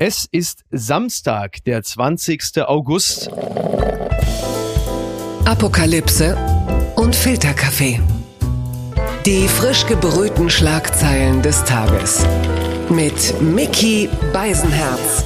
Es ist Samstag, der 20. August. Apokalypse und Filterkaffee. Die frisch gebrühten Schlagzeilen des Tages. Mit Micky Beisenherz.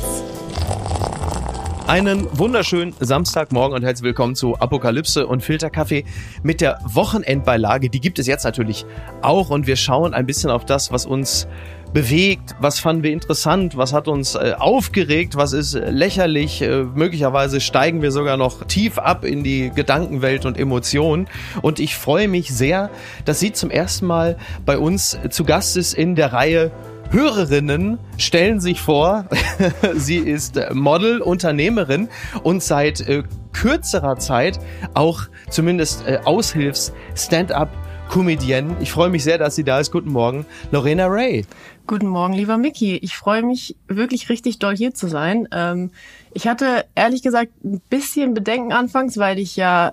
Einen wunderschönen Samstagmorgen und herzlich willkommen zu Apokalypse und Filterkaffee mit der Wochenendbeilage. Die gibt es jetzt natürlich auch und wir schauen ein bisschen auf das, was uns bewegt, was fanden wir interessant, was hat uns aufgeregt, was ist lächerlich, möglicherweise steigen wir sogar noch tief ab in die Gedankenwelt und Emotionen und ich freue mich sehr, dass sie zum ersten Mal bei uns zu Gast ist in der Reihe Hörerinnen stellen sich vor, sie ist Model, Unternehmerin und seit kürzerer Zeit auch zumindest Aushilfs-Stand-up-Comedienne. Ich freue mich sehr, dass sie da ist. Guten Morgen, Lorena Ray. Guten Morgen, lieber Micky. Ich freue mich wirklich richtig doll hier zu sein. Ich hatte ehrlich gesagt ein bisschen Bedenken anfangs, weil ich ja,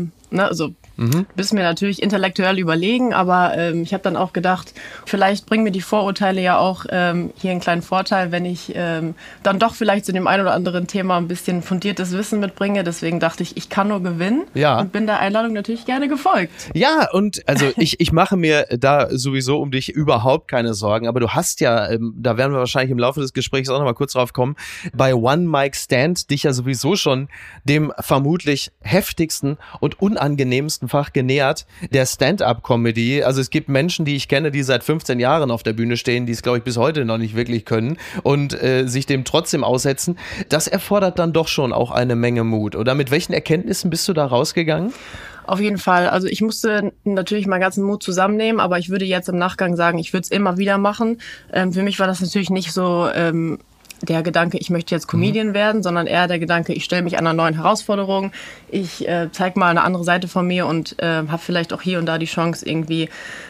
du bist mir natürlich intellektuell überlegen, aber ich habe dann auch gedacht, vielleicht bringen mir die Vorurteile ja auch hier einen kleinen Vorteil, wenn ich dann doch vielleicht zu dem einen oder anderen Thema ein bisschen fundiertes Wissen mitbringe. Deswegen dachte ich, ich kann nur gewinnen und bin der Einladung natürlich gerne gefolgt. Ja, und also ich mache mir da sowieso um dich überhaupt keine Sorgen, aber du hast ja, da werden wir wahrscheinlich im Laufe des Gesprächs auch nochmal kurz drauf kommen, bei One Mic Stand dich ja sowieso schon dem vermutlich heftigsten und unangenehmsten Fach genähert, der Stand-up-Comedy. Also es gibt Menschen, die ich kenne, die seit 15 Jahren auf der Bühne stehen, die es, glaube ich, bis heute noch nicht wirklich können und sich dem trotzdem aussetzen. Das erfordert dann doch schon auch eine Menge Mut. Oder mit welchen Erkenntnissen bist du da rausgegangen? Auf jeden Fall. Also ich musste natürlich meinen ganzen Mut zusammennehmen, aber ich würde jetzt im Nachgang sagen, ich würde es immer wieder machen. Für mich war das natürlich nicht so der Gedanke, ich möchte jetzt Comedian werden, sondern eher der Gedanke, ich stelle mich einer neuen Herausforderung, ich zeige mal eine andere Seite von mir und habe vielleicht auch hier und da die Chance irgendwie,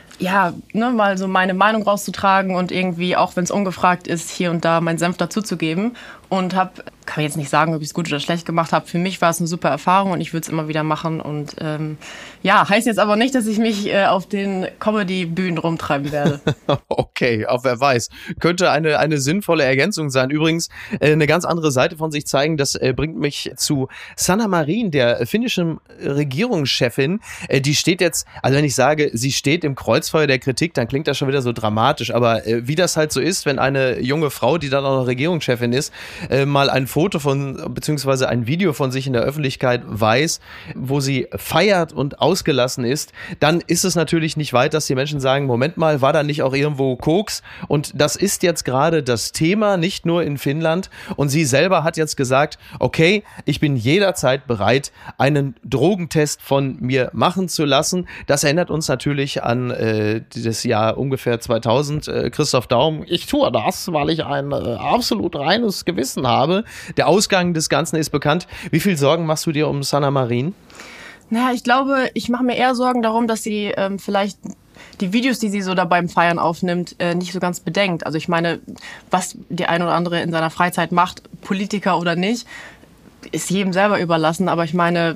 mal so meine Meinung rauszutragen und irgendwie, auch wenn es ungefragt ist, hier und da meinen Senf dazuzugeben. Und kann jetzt nicht sagen, ob ich es gut oder schlecht gemacht habe. Für mich war es eine super Erfahrung und ich würde es immer wieder machen. Und heißt jetzt aber nicht, dass ich mich auf den Comedy-Bühnen rumtreiben werde. Okay, auch wer weiß. Könnte eine sinnvolle Ergänzung sein. Übrigens, eine ganz andere Seite von sich zeigen, das bringt mich zu Sanna Marin, der finnischen Regierungschefin. Die steht jetzt, also wenn ich sage, sie steht im Kreuzfeuer der Kritik, dann klingt das schon wieder so dramatisch. Aber wie das halt so ist, wenn eine junge Frau, die dann auch noch Regierungschefin ist, mal ein Foto beziehungsweise ein Video von sich in der Öffentlichkeit weiß, wo sie feiert und ausgelassen ist, dann ist es natürlich nicht weit, dass die Menschen sagen, Moment mal, war da nicht auch irgendwo Koks? Und das ist jetzt gerade das Thema, nicht nur in Finnland. Und sie selber hat jetzt gesagt, okay, ich bin jederzeit bereit, einen Drogentest von mir machen zu lassen. Das erinnert uns natürlich an das Jahr ungefähr 2000. Christoph Daum, ich tue das, weil ich ein absolut reines Gewissen habe. Der Ausgang des Ganzen ist bekannt. Wie viel Sorgen machst du dir um Sanna Marin? Naja, ich glaube, ich mache mir eher Sorgen darum, dass sie vielleicht die Videos, die sie so da beim Feiern aufnimmt, nicht so ganz bedenkt. Also ich meine, was die eine oder andere in seiner Freizeit macht, Politiker oder nicht, ist jedem selber überlassen. Aber ich meine,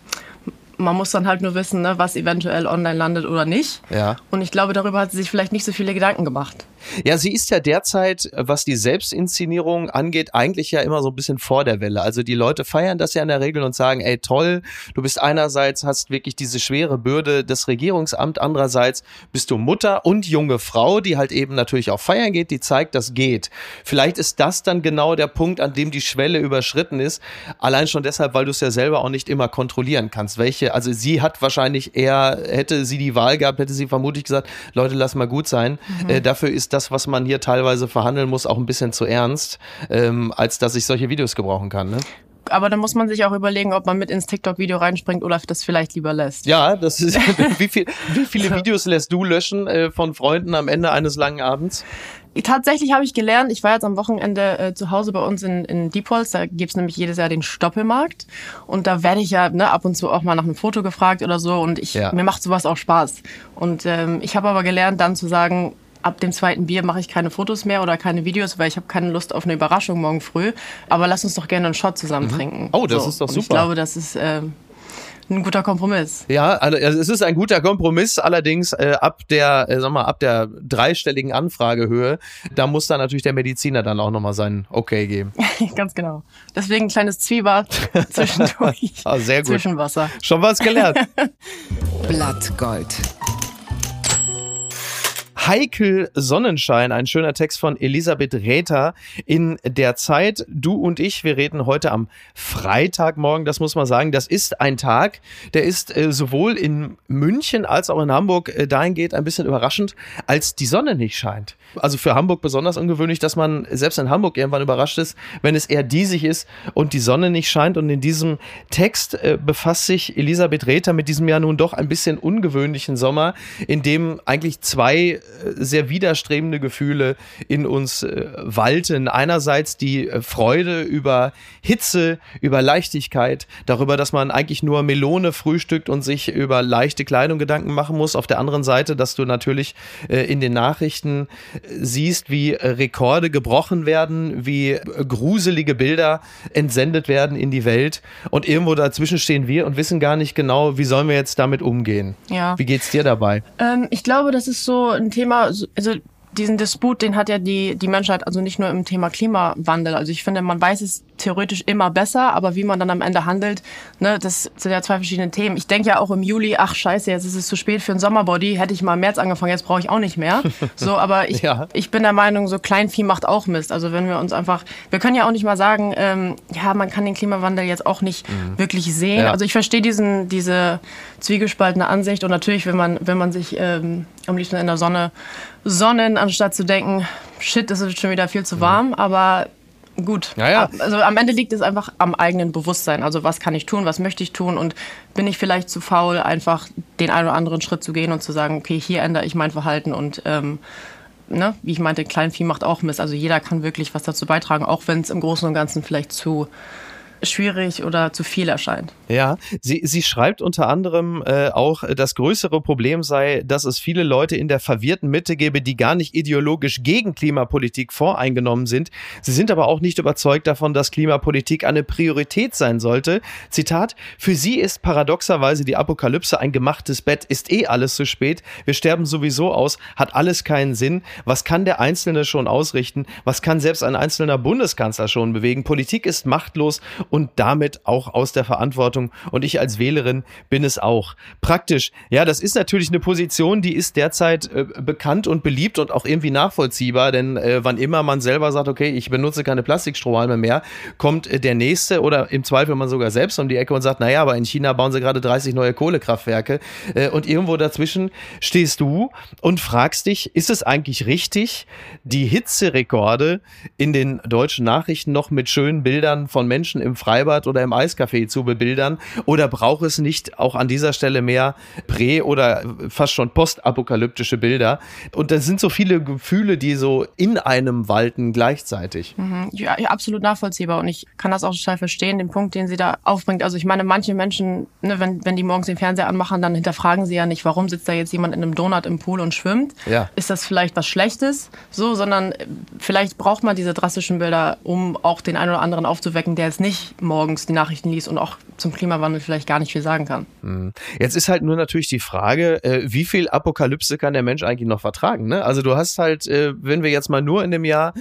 man muss dann halt nur wissen, ne, was eventuell online landet oder nicht. Ja. Und ich glaube, darüber hat sie sich vielleicht nicht so viele Gedanken gemacht. Ja, sie ist ja derzeit, was die Selbstinszenierung angeht, eigentlich ja immer so ein bisschen vor der Welle. Also die Leute feiern das ja in der Regel und sagen, ey toll, du bist einerseits, hast wirklich diese schwere Bürde des Regierungsamts, andererseits bist du Mutter und junge Frau, die halt eben natürlich auch feiern geht, die zeigt, das geht. Vielleicht ist das dann genau der Punkt, an dem die Schwelle überschritten ist. Allein schon deshalb, weil du es ja selber auch nicht immer kontrollieren kannst. Also sie hat wahrscheinlich eher, hätte sie die Wahl gehabt, hätte sie vermutlich gesagt, Leute, lass mal gut sein. Dafür ist das, was man hier teilweise verhandeln muss, auch ein bisschen zu ernst, als dass ich solche Videos gebrauchen kann, ne? Aber dann muss man sich auch überlegen, ob man mit ins TikTok-Video reinspringt oder das vielleicht lieber lässt. Ja, das ist, wie viele Videos lässt du löschen von Freunden am Ende eines langen Abends? Tatsächlich habe ich gelernt, ich war jetzt am Wochenende zu Hause bei uns in Diepholz, da gibt's nämlich jedes Jahr den Stoppelmarkt und da werde ich ja ab und zu auch mal nach einem Foto gefragt oder so und mir macht sowas auch Spaß. Und ich habe aber gelernt, dann zu sagen, ab dem zweiten Bier mache ich keine Fotos mehr oder keine Videos, weil ich habe keine Lust auf eine Überraschung morgen früh. Aber lass uns doch gerne einen Shot zusammen trinken. Oh, das ist doch super. Und ich glaube, das ist ein guter Kompromiss. Ja, also es ist ein guter Kompromiss, allerdings ab der dreistelligen Anfragehöhe, da muss dann natürlich der Mediziner dann auch nochmal sein Okay geben. Ganz genau. Deswegen ein kleines Zwiebad zwischendurch. Sehr gut. Zwischenwasser. Schon was gelernt. Blattgold. Heikel Sonnenschein, ein schöner Text von Elisabeth Räther in der Zeit. Du und ich, wir reden heute am Freitagmorgen, das muss man sagen. Das ist ein Tag, der ist sowohl in München als auch in Hamburg dahingehend ein bisschen überraschend, als die Sonne nicht scheint. Also für Hamburg besonders ungewöhnlich, dass man selbst in Hamburg irgendwann überrascht ist, wenn es eher diesig ist und die Sonne nicht scheint. Und in diesem Text befasst sich Elisabeth Räther mit diesem ja nun doch ein bisschen ungewöhnlichen Sommer, in dem eigentlich zwei sehr widerstrebende Gefühle in uns walten. Einerseits die Freude über Hitze, über Leichtigkeit, darüber, dass man eigentlich nur Melone frühstückt und sich über leichte Kleidung Gedanken machen muss. Auf der anderen Seite, dass du natürlich in den Nachrichten siehst, wie Rekorde gebrochen werden, wie gruselige Bilder entsendet werden in die Welt. Und irgendwo dazwischen stehen wir und wissen gar nicht genau, wie sollen wir jetzt damit umgehen. Ja. Wie geht's dir dabei? Ich glaube, das ist so ein Thema, also diesen Disput, den hat ja die Menschheit, also nicht nur im Thema Klimawandel. Also ich finde, man weiß es theoretisch immer besser, aber wie man dann am Ende handelt, ne, das sind ja zwei verschiedene Themen. Ich denke ja auch im Juli, ach scheiße, jetzt ist es zu spät für ein Sommerbody, hätte ich mal im März angefangen, jetzt brauche ich auch nicht mehr. So, aber ich bin der Meinung, so Kleinvieh macht auch Mist. Also wenn wir uns einfach, wir können ja auch nicht mal sagen, ja, man kann den Klimawandel jetzt auch nicht wirklich sehen. Ja. Also ich verstehe diese zwiegespaltene Ansicht und natürlich, wenn man sich am liebsten in der Sonne sonnen, anstatt zu denken, shit, es ist schon wieder viel zu warm, aber gut. Ja. Also am Ende liegt es einfach am eigenen Bewusstsein. Also was kann ich tun, was möchte ich tun und bin ich vielleicht zu faul, einfach den einen oder anderen Schritt zu gehen und zu sagen, okay, hier ändere ich mein Verhalten und wie ich meinte, Kleinvieh macht auch Mist. Also jeder kann wirklich was dazu beitragen, auch wenn es im Großen und Ganzen vielleicht zu schwierig oder zu viel erscheint. Ja, sie schreibt unter anderem auch, das größere Problem sei, dass es viele Leute in der verwirrten Mitte gäbe, die gar nicht ideologisch gegen Klimapolitik voreingenommen sind. Sie sind aber auch nicht überzeugt davon, dass Klimapolitik eine Priorität sein sollte. Zitat, für sie ist paradoxerweise die Apokalypse ein gemachtes Bett, ist alles zu spät, wir sterben sowieso aus, hat alles keinen Sinn. Was kann der Einzelne schon ausrichten? Was kann selbst ein einzelner Bundeskanzler schon bewegen? Politik ist machtlos und damit auch aus der Verantwortung. Und ich als Wählerin bin es auch. Praktisch, ja, das ist natürlich eine Position, die ist derzeit bekannt und beliebt und auch irgendwie nachvollziehbar, denn wann immer man selber sagt, okay, ich benutze keine Plastikstrohhalme mehr, kommt der Nächste oder im Zweifel man sogar selbst um die Ecke und sagt, naja, aber in China bauen sie gerade 30 neue Kohlekraftwerke und irgendwo dazwischen stehst du und fragst dich, ist es eigentlich richtig, die Hitzerekorde in den deutschen Nachrichten noch mit schönen Bildern von Menschen im Freibad oder im Eiscafé zu bebildern? Oder braucht es nicht auch an dieser Stelle mehr prä- oder fast schon postapokalyptische Bilder? Und das sind so viele Gefühle, die so in einem walten gleichzeitig. Ja, absolut nachvollziehbar. Und ich kann das auch total verstehen, den Punkt, den sie da aufbringt. Also ich meine, manche Menschen, ne, wenn die morgens den Fernseher anmachen, dann hinterfragen sie ja nicht, warum sitzt da jetzt jemand in einem Donut im Pool und schwimmt? Ja. Ist das vielleicht was Schlechtes? So, sondern vielleicht braucht man diese drastischen Bilder, um auch den einen oder anderen aufzuwecken, der jetzt nicht morgens die Nachrichten liest und auch zum Klimawandel vielleicht gar nicht viel sagen kann. Jetzt ist halt nur natürlich die Frage, wie viel Apokalypse kann der Mensch eigentlich noch vertragen? Ne? Also du hast halt, wenn wir jetzt mal nur in dem Jahr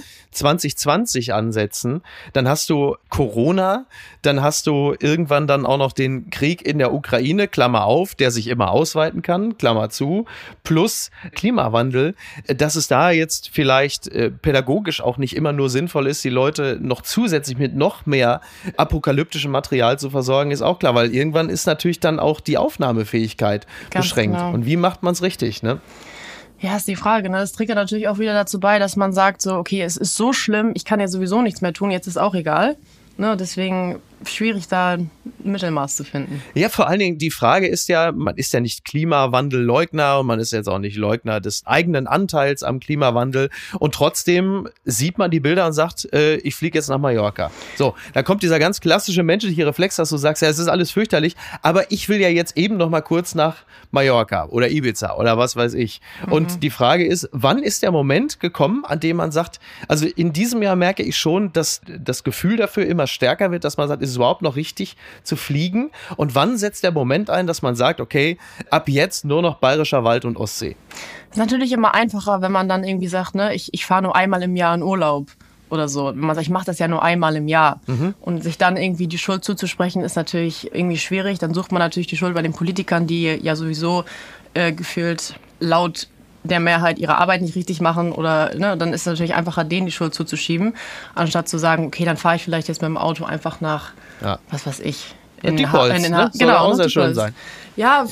2020 ansetzen, dann hast du Corona, dann hast du irgendwann dann auch noch den Krieg in der Ukraine, Klammer auf, der sich immer ausweiten kann, Klammer zu, plus Klimawandel, dass es da jetzt vielleicht pädagogisch auch nicht immer nur sinnvoll ist, die Leute noch zusätzlich mit noch mehr apokalyptischem Material zu versorgen, ist auch klar, weil irgendwann ist natürlich dann auch die Aufnahmefähigkeit ganz beschränkt. Genau. Und wie macht man es richtig, ne? Ja, ist die Frage, ne? Das trägt ja natürlich auch wieder dazu bei, dass man sagt so, okay, es ist so schlimm, ich kann ja sowieso nichts mehr tun, jetzt ist auch egal. Ne? Deswegen schwierig, da ein Mittelmaß zu finden. Ja, vor allen Dingen, die Frage ist ja, man ist ja nicht Klimawandelleugner und man ist jetzt auch nicht Leugner des eigenen Anteils am Klimawandel und trotzdem sieht man die Bilder und sagt, ich fliege jetzt nach Mallorca. So, da kommt dieser ganz klassische menschliche Reflex, dass du sagst, ja, es ist alles fürchterlich, aber ich will ja jetzt eben noch mal kurz nach Mallorca oder Ibiza oder was weiß ich. Und die Frage ist, wann ist der Moment gekommen, an dem man sagt, also in diesem Jahr merke ich schon, dass das Gefühl dafür immer stärker wird, dass man sagt, es es überhaupt noch richtig zu fliegen? Und wann setzt der Moment ein, dass man sagt, okay, ab jetzt nur noch Bayerischer Wald und Ostsee? Das ist natürlich immer einfacher, wenn man dann irgendwie sagt, ne, ich fahre nur einmal im Jahr in Urlaub oder so. Wenn man sagt, ich mache das ja nur einmal im Jahr. Und sich dann irgendwie die Schuld zuzusprechen, ist natürlich irgendwie schwierig. Dann sucht man natürlich die Schuld bei den Politikern, die ja sowieso gefühlt laut der Mehrheit ihre Arbeit nicht richtig machen. Oder ne, dann ist es natürlich einfacher, denen die Schuld zuzuschieben, anstatt zu sagen, okay, dann fahre ich vielleicht jetzt mit dem Auto einfach nach, was weiß ich, in Diepholz, ne? Soll genau, auch sehr schön sein. Ja,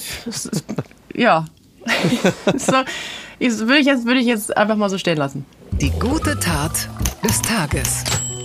ja. So, würde ich jetzt einfach mal so stehen lassen. Die gute Tat des Tages.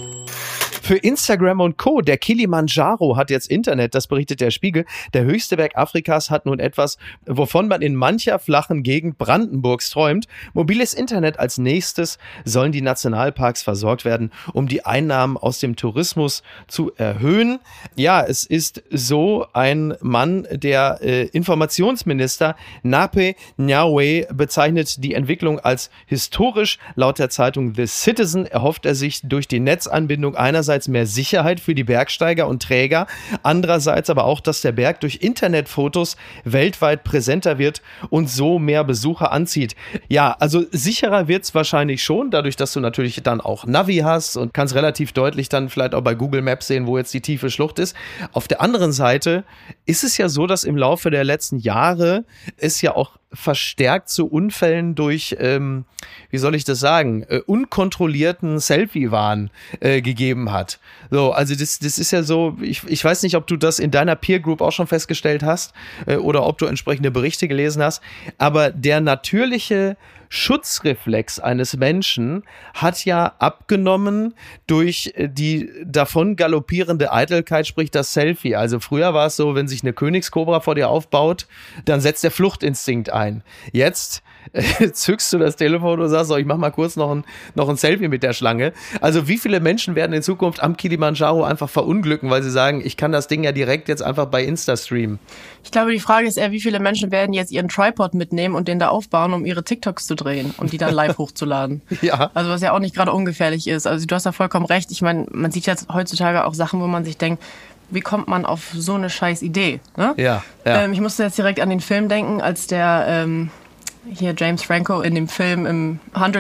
Für Instagram und Co. Der Kilimanjaro hat jetzt Internet, das berichtet der Spiegel. Der höchste Berg Afrikas hat nun etwas, wovon man in mancher flachen Gegend Brandenburgs träumt. Mobiles Internet als nächstes sollen die Nationalparks versorgt werden, um die Einnahmen aus dem Tourismus zu erhöhen. Ja, es ist so, ein Mann, der Informationsminister Nape Nnauye bezeichnet die Entwicklung als historisch. Laut der Zeitung The Citizen erhofft er sich durch die Netzanbindung einerseits mehr Sicherheit für die Bergsteiger und Träger, andererseits aber auch, dass der Berg durch Internetfotos weltweit präsenter wird und so mehr Besucher anzieht. Ja, also sicherer wird es wahrscheinlich schon, dadurch, dass du natürlich dann auch Navi hast und kannst relativ deutlich dann vielleicht auch bei Google Maps sehen, wo jetzt die tiefe Schlucht ist. Auf der anderen Seite ist es ja so, dass im Laufe der letzten Jahre es ja auch verstärkt zu Unfällen durch, wie soll ich das sagen, unkontrollierten Selfie-Wahn gegeben hat. So, also das ist ja so, ich weiß nicht, ob du das in deiner Peer Group auch schon festgestellt hast oder ob du entsprechende Berichte gelesen hast, aber der natürliche Schutzreflex eines Menschen hat ja abgenommen durch die davon galoppierende Eitelkeit, sprich das Selfie. Also früher war es so, wenn sich eine Königskobra vor dir aufbaut, dann setzt der Fluchtinstinkt ein. Jetzt zückst du das Telefon und sagst, so, ich mach mal kurz noch ein Selfie mit der Schlange. Also wie viele Menschen werden in Zukunft am Kilimanjaro einfach verunglücken, weil sie sagen, ich kann das Ding ja direkt jetzt einfach bei Insta streamen? Ich glaube, die Frage ist eher, wie viele Menschen werden jetzt ihren Tripod mitnehmen und den da aufbauen, um ihre TikToks zu drehen und die dann live hochzuladen. Ja. Also was ja auch nicht gerade ungefährlich ist. Also du hast da vollkommen recht. Ich meine, man sieht jetzt heutzutage auch Sachen, wo man sich denkt, wie kommt man auf so eine scheiß Idee? Ne? Ja. Ich musste jetzt direkt an den Film denken, als der hier James Franco in dem Film im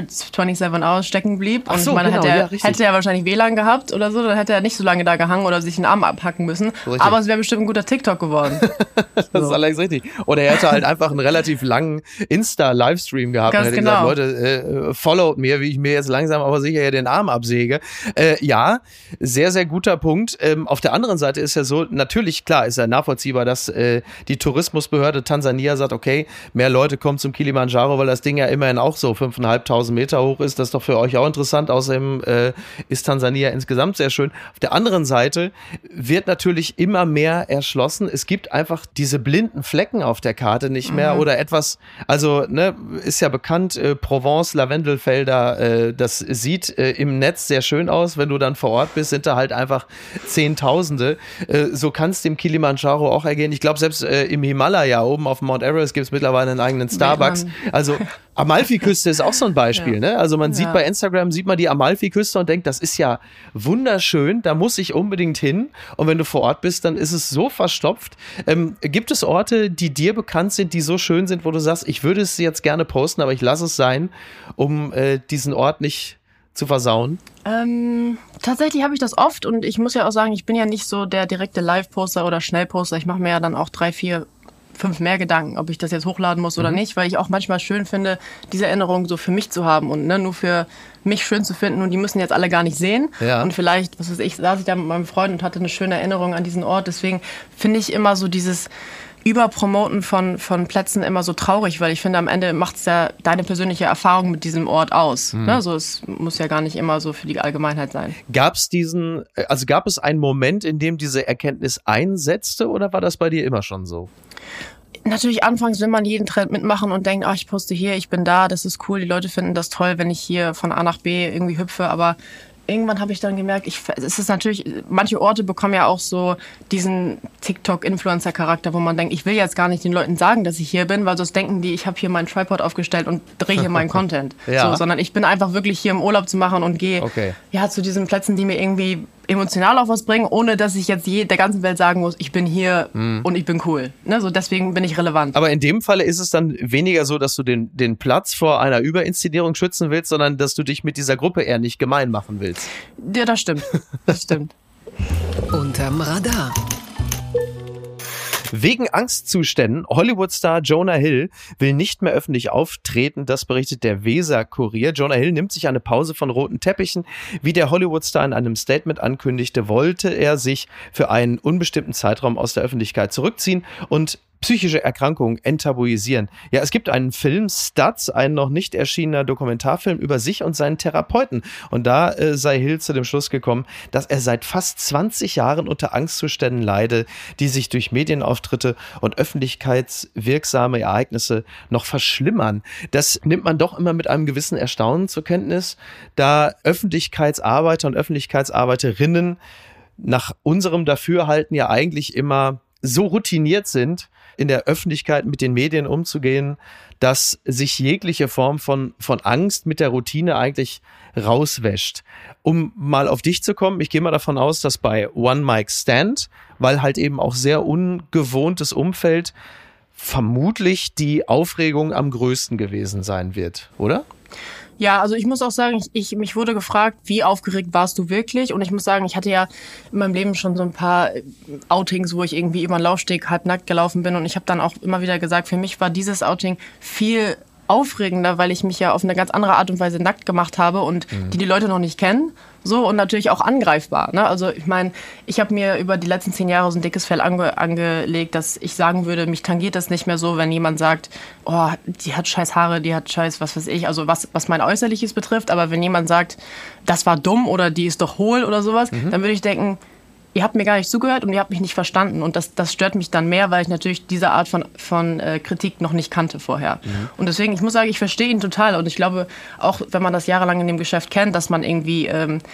127 Hours stecken blieb. Und so, ich meine, genau, hätte er wahrscheinlich WLAN gehabt oder so, dann hätte er nicht so lange da gehangen oder sich den Arm abhacken müssen. Richtig. Aber es wäre bestimmt ein guter TikTok geworden. Das ist allerdings richtig. Oder er hätte halt einfach einen relativ langen Insta-Livestream gehabt. Ganz und hätte genau. gesagt, Leute, followt mir, wie ich mir jetzt langsam aber sicher hier den Arm absäge. Ja, sehr, sehr guter Punkt. Auf der anderen Seite ist ja so, natürlich, klar, ist ja nachvollziehbar, dass die Tourismusbehörde Tansania sagt, okay, mehr Leute kommen zum Kilimanjaro, weil das Ding ja immerhin auch so 5.500 Meter hoch ist. Das ist doch für euch auch interessant. Außerdem ist Tansania insgesamt sehr schön. Auf der anderen Seite wird natürlich immer mehr erschlossen. Es gibt einfach diese blinden Flecken auf der Karte nicht mehr oder etwas, also ne, ist ja bekannt, Provence, Lavendelfelder, das sieht im Netz sehr schön aus. Wenn du dann vor Ort bist, sind da halt einfach Zehntausende. So kann es dem Kilimanjaro auch ergehen. Ich glaube, selbst im Himalaya oben auf Mount Everest gibt es mittlerweile einen eigenen Starbucks. Also Amalfiküste ist auch so ein Beispiel. Ne? Also man sieht bei Instagram, sieht man die Amalfiküste und denkt, das ist ja wunderschön, da muss ich unbedingt hin. Und wenn du vor Ort bist, dann ist es so verstopft. Gibt es Orte, die dir bekannt sind, die so schön sind, wo du sagst, ich würde es jetzt gerne posten, aber ich lasse es sein, um diesen Ort nicht zu versauen? Tatsächlich habe ich das oft und ich muss ja auch sagen, ich bin ja nicht so der direkte Live-Poster oder Schnellposter. Ich mache mir ja dann auch 3, 4, 5 mehr Gedanken, ob ich das jetzt hochladen muss oder nicht, weil ich auch manchmal schön finde, diese Erinnerungen so für mich zu haben und nur für mich schön zu finden und die müssen jetzt alle gar nicht sehen. Ja. Und vielleicht, was weiß ich, saß ich da mit meinem Freund und hatte eine schöne Erinnerung an diesen Ort. Deswegen finde ich immer so dieses Überpromoten von Plätzen immer so traurig, weil ich finde, am Ende macht es ja deine persönliche Erfahrung mit diesem Ort aus. Ne? Also es muss ja gar nicht immer so für die Allgemeinheit sein. Gab es einen Moment, in dem diese Erkenntnis einsetzte oder war das bei dir immer schon so? Natürlich anfangs will man jeden Trend mitmachen und denkt, ich poste hier, ich bin da, das ist cool, die Leute finden das toll, wenn ich hier von A nach B irgendwie hüpfe, aber irgendwann habe ich dann gemerkt, es ist natürlich, manche Orte bekommen ja auch so diesen TikTok-Influencer-Charakter, wo man denkt, ich will jetzt gar nicht den Leuten sagen, dass ich hier bin, weil sonst denken die, ich habe hier meinen Tripod aufgestellt und drehe hier meinen Content. Ja. So, sondern ich bin einfach wirklich hier im Urlaub zu machen und gehe zu diesen Plätzen, die mir irgendwie emotional auch was bringen, ohne dass ich jetzt der ganzen Welt sagen muss, ich bin hier und ich bin cool. Ne? So deswegen bin ich relevant. Aber in dem Falle ist es dann weniger so, dass du den Platz vor einer Überinszenierung schützen willst, sondern dass du dich mit dieser Gruppe eher nicht gemein machen willst. Ja, das stimmt. Das stimmt. Unterm Radar. Wegen Angstzuständen, Hollywood-Star Jonah Hill will nicht mehr öffentlich auftreten, das berichtet der Weser-Kurier. Jonah Hill nimmt sich eine Pause von roten Teppichen. Wie der Hollywood-Star in einem Statement ankündigte, wollte er sich für einen unbestimmten Zeitraum aus der Öffentlichkeit zurückziehen und psychische Erkrankungen enttabuisieren. Ja, es gibt einen Film, Stutz, ein noch nicht erschienener Dokumentarfilm über sich und seinen Therapeuten. Und da sei Hill zu dem Schluss gekommen, dass er seit fast 20 Jahren unter Angstzuständen leide, die sich durch Medienauftritte und öffentlichkeitswirksame Ereignisse noch verschlimmern. Das nimmt man doch immer mit einem gewissen Erstaunen zur Kenntnis, da Öffentlichkeitsarbeiter und Öffentlichkeitsarbeiterinnen nach unserem Dafürhalten ja eigentlich immer so routiniert sind, in der Öffentlichkeit mit den Medien umzugehen, dass sich jegliche Form von Angst mit der Routine eigentlich rauswäscht. Um mal auf dich zu kommen, ich gehe mal davon aus, dass bei One Mic Stand, weil halt eben auch sehr ungewohntes Umfeld, vermutlich die Aufregung am größten gewesen sein wird, oder? Ja, also ich muss auch sagen, mich wurde gefragt, wie aufgeregt warst du wirklich? Und ich muss sagen, ich hatte ja in meinem Leben schon so ein paar Outings, wo ich irgendwie über den Laufsteg halbnackt gelaufen bin. Und ich habe dann auch immer wieder gesagt, für mich war dieses Outing viel aufregender, weil ich mich ja auf eine ganz andere Art und Weise nackt gemacht habe und die Leute noch nicht kennen. So, und natürlich auch angreifbar. Ne? Also ich meine, ich habe mir über die letzten 10 Jahre so ein dickes Fell angelegt, dass ich sagen würde, mich tangiert das nicht mehr so, wenn jemand sagt, oh, die hat scheiß Haare, die hat scheiß was weiß ich, also was mein Äußerliches betrifft. Aber wenn jemand sagt, das war dumm oder die ist doch hohl oder sowas, dann würde ich denken, ihr habt mir gar nicht zugehört und ihr habt mich nicht verstanden. Und das stört mich dann mehr, weil ich natürlich diese Art von Kritik noch nicht kannte vorher. Und deswegen, ich muss sagen, ich verstehe ihn total. Und ich glaube, auch wenn man das jahrelang in dem Geschäft kennt, dass man irgendwie,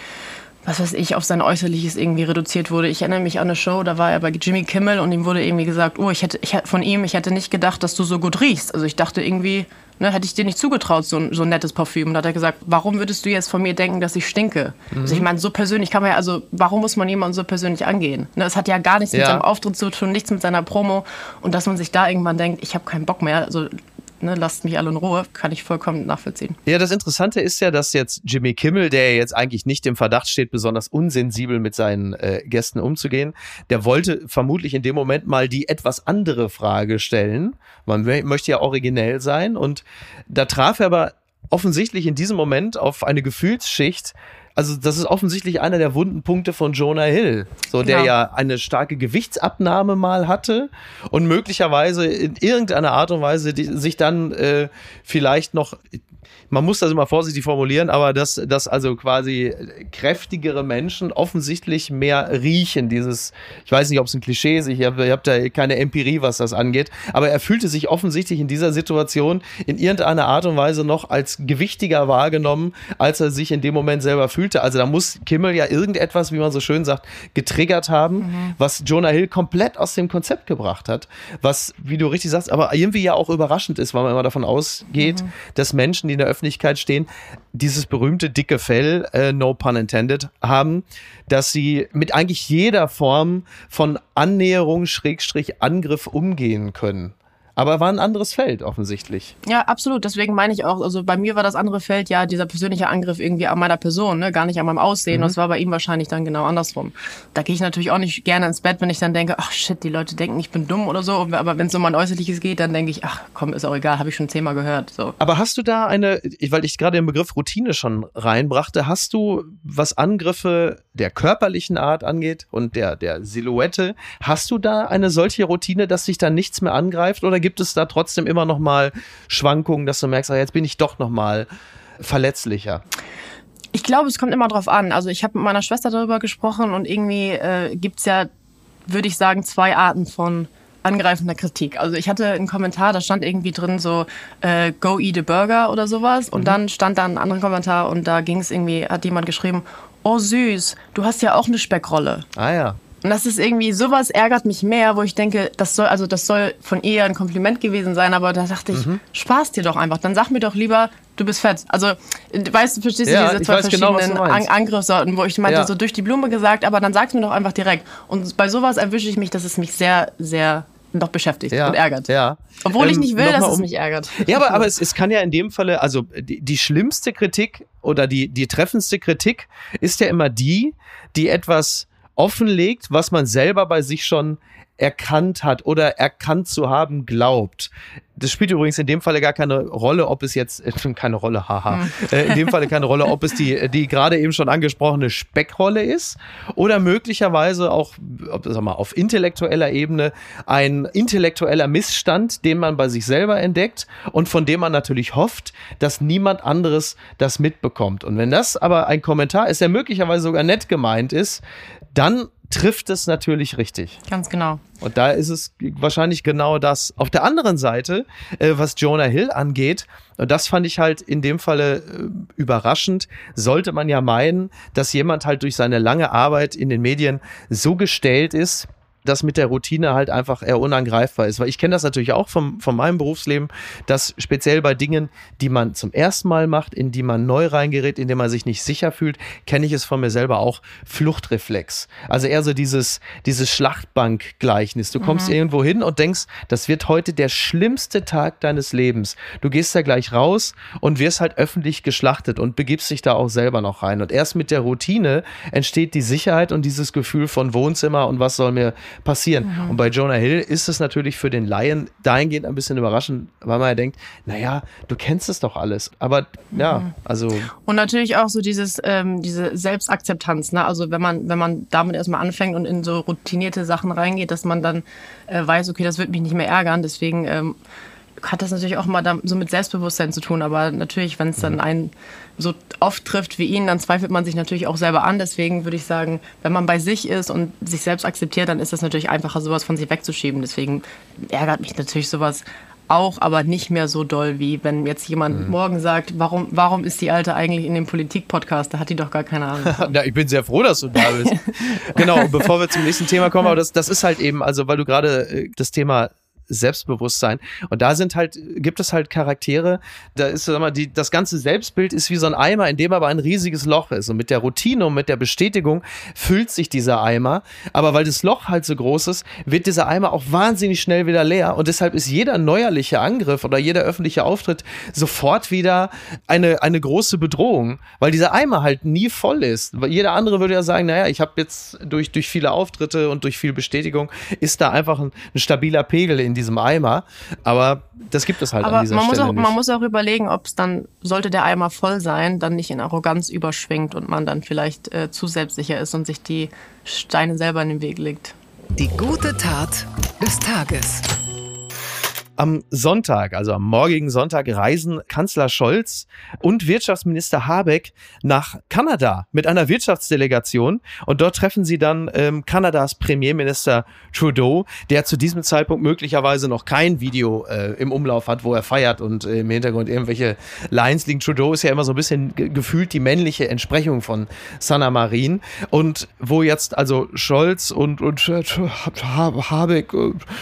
was weiß ich, auf sein Äußerliches irgendwie reduziert wurde. Ich erinnere mich an eine Show, da war er bei Jimmy Kimmel und ihm wurde irgendwie gesagt, oh, ich hätte nicht gedacht, dass du so gut riechst. Also ich dachte irgendwie, ne, hätte ich dir nicht zugetraut, so ein nettes Parfüm. Und da hat er gesagt, warum würdest du jetzt von mir denken, dass ich stinke? Also ich meine, so persönlich kann man ja, also warum muss man jemanden so persönlich angehen? Ne, das hat ja gar nichts mit seinem Auftritt zu tun, nichts mit seiner Promo. Und dass man sich da irgendwann denkt, ich habe keinen Bock mehr, also lasst mich alle in Ruhe, kann ich vollkommen nachvollziehen. Ja, das Interessante ist ja, dass jetzt Jimmy Kimmel, der jetzt eigentlich nicht im Verdacht steht, besonders unsensibel mit seinen Gästen umzugehen, der wollte vermutlich in dem Moment mal die etwas andere Frage stellen. Man möchte ja originell sein und da traf er aber offensichtlich in diesem Moment auf eine Gefühlsschicht. Also das ist offensichtlich einer der wunden Punkte von Jonah Hill, so der ja eine starke Gewichtsabnahme mal hatte und möglicherweise in irgendeiner Art und Weise sich dann vielleicht noch, man muss das immer vorsichtig formulieren, aber dass also quasi kräftigere Menschen offensichtlich mehr riechen. Ich weiß nicht, ob es ein Klischee ist, ich hab da keine Empirie, was das angeht, aber er fühlte sich offensichtlich in dieser Situation in irgendeiner Art und Weise noch als gewichtiger wahrgenommen, als er sich in dem Moment selber fühlte. Also da muss Kimmel ja irgendetwas, wie man so schön sagt, getriggert haben, was Jonah Hill komplett aus dem Konzept gebracht hat, was, wie du richtig sagst, aber irgendwie ja auch überraschend ist, weil man immer davon ausgeht, dass Menschen, die in der Öffentlichkeit stehen, dieses berühmte dicke Fell, no pun intended, haben, dass sie mit eigentlich jeder Form von Annäherung, Angriff umgehen können. Aber war ein anderes Feld offensichtlich. Ja, absolut. Deswegen meine ich auch, also bei mir war das andere Feld ja dieser persönliche Angriff irgendwie an meiner Person, ne? Gar nicht an meinem Aussehen. Das war bei ihm wahrscheinlich dann genau andersrum. Da gehe ich natürlich auch nicht gerne ins Bett, wenn ich dann denke, ach shit, die Leute denken, ich bin dumm oder so. Aber wenn es um mein Äußerliches geht, dann denke ich, ach komm, ist auch egal, habe ich schon 10-mal gehört. So. Aber hast du da weil ich gerade den Begriff Routine schon reinbrachte, hast du, was Angriffe der körperlichen Art angeht und der Silhouette, hast du da eine solche Routine, dass sich da nichts mehr angreift oder gibt es da trotzdem immer noch mal Schwankungen, dass du merkst, jetzt bin ich doch noch mal verletzlicher? Ich glaube, es kommt immer drauf an. Also ich habe mit meiner Schwester darüber gesprochen und irgendwie gibt's ja, würde ich sagen, 2 Arten von angreifender Kritik. Also ich hatte einen Kommentar, da stand irgendwie drin so go eat a burger oder sowas und dann stand da ein anderer Kommentar und da ging es irgendwie, hat jemand geschrieben, oh süß, du hast ja auch eine Speckrolle. Ah ja. Und das ist irgendwie, sowas ärgert mich mehr, wo ich denke, das soll von ihr ein Kompliment gewesen sein, aber da dachte ich, Spaß dir doch einfach. Dann sag mir doch lieber, du bist fett. Also, verstehst du diese zwei verschiedenen Angriffssorten, wo ich meinte, so durch die Blume gesagt, aber dann sag's mir doch einfach direkt. Und bei sowas erwische ich mich, dass es mich sehr, sehr noch beschäftigt und ärgert. Ja. Obwohl ich nicht will, dass es mich ärgert. Ja, aber es kann ja in dem Falle, also die schlimmste Kritik oder die treffendste Kritik ist ja immer die etwas offenlegt, was man selber bei sich schon erkannt hat oder erkannt zu haben glaubt. Das spielt übrigens in dem Falle gar keine Rolle, ob es jetzt, keine Rolle, haha, in dem Falle keine Rolle, ob es die gerade eben schon angesprochene Speckrolle ist oder möglicherweise auch, auf intellektueller Ebene ein intellektueller Missstand, den man bei sich selber entdeckt und von dem man natürlich hofft, dass niemand anderes das mitbekommt. Und wenn das aber ein Kommentar ist, der möglicherweise sogar nett gemeint ist, dann trifft es natürlich richtig. Ganz genau. Und da ist es wahrscheinlich genau das. Auf der anderen Seite, was Jonah Hill angeht, und das fand ich halt in dem Falle überraschend, sollte man ja meinen, dass jemand halt durch seine lange Arbeit in den Medien so gestellt ist, das mit der Routine halt einfach eher unangreifbar ist. Weil ich kenne das natürlich auch von meinem Berufsleben, dass speziell bei Dingen, die man zum ersten Mal macht, in die man neu reingerät, in denen man sich nicht sicher fühlt, kenne ich es von mir selber auch, Fluchtreflex. Also eher so dieses Schlachtbank-Gleichnis. Du kommst irgendwo hin und denkst, das wird heute der schlimmste Tag deines Lebens. Du gehst da gleich raus und wirst halt öffentlich geschlachtet und begibst dich da auch selber noch rein. Und erst mit der Routine entsteht die Sicherheit und dieses Gefühl von Wohnzimmer und was soll mir passieren. Und bei Jonah Hill ist es natürlich für den Laien dahingehend ein bisschen überraschend, weil man ja denkt, naja, du kennst es doch alles. Aber ja, also. Und natürlich auch so diese Selbstakzeptanz, ne? Also wenn man damit erstmal anfängt und in so routinierte Sachen reingeht, dass man dann weiß, okay, das wird mich nicht mehr ärgern. Deswegen hat das natürlich auch mal so mit Selbstbewusstsein zu tun. Aber natürlich, wenn es dann einen so oft trifft wie ihn, dann zweifelt man sich natürlich auch selber an. Deswegen würde ich sagen, wenn man bei sich ist und sich selbst akzeptiert, dann ist das natürlich einfacher, sowas von sich wegzuschieben. Deswegen ärgert mich natürlich sowas auch, aber nicht mehr so doll, wie wenn jetzt jemand morgen sagt, warum ist die Alte eigentlich in dem Politik-Podcast? Da hat die doch gar keine Ahnung. Ja, ich bin sehr froh, dass du da bist. Genau, bevor wir zum nächsten Thema kommen, aber das ist halt eben, also weil du gerade das Thema Selbstbewusstsein. Und da gibt es halt Charaktere, da ist, das ganze Selbstbild ist wie so ein Eimer, in dem aber ein riesiges Loch ist. Und mit der Routine und mit der Bestätigung füllt sich dieser Eimer. Aber weil das Loch halt so groß ist, wird dieser Eimer auch wahnsinnig schnell wieder leer. Und deshalb ist jeder neuerliche Angriff oder jeder öffentliche Auftritt sofort wieder eine große Bedrohung, weil dieser Eimer halt nie voll ist. Weil jeder andere würde ja sagen, naja, ich habe jetzt durch viele Auftritte und durch viel Bestätigung ist da einfach ein stabiler Pegel in diesem Eimer, aber das gibt es halt an dieser Stelle nicht. Man muss auch überlegen, ob es dann, sollte der Eimer voll sein, dann nicht in Arroganz überschwingt und man dann vielleicht zu selbstsicher ist und sich die Steine selber in den Weg legt. Die gute Tat des Tages. Am Sonntag, also am morgigen Sonntag, reisen Kanzler Scholz und Wirtschaftsminister Habeck nach Kanada mit einer Wirtschaftsdelegation und dort treffen sie dann Kanadas Premierminister Trudeau, der zu diesem Zeitpunkt möglicherweise noch kein Video im Umlauf hat, wo er feiert und im Hintergrund irgendwelche Lines liegen. Trudeau ist ja immer so ein bisschen gefühlt die männliche Entsprechung von Sanna Marin und wo jetzt also Scholz und Habeck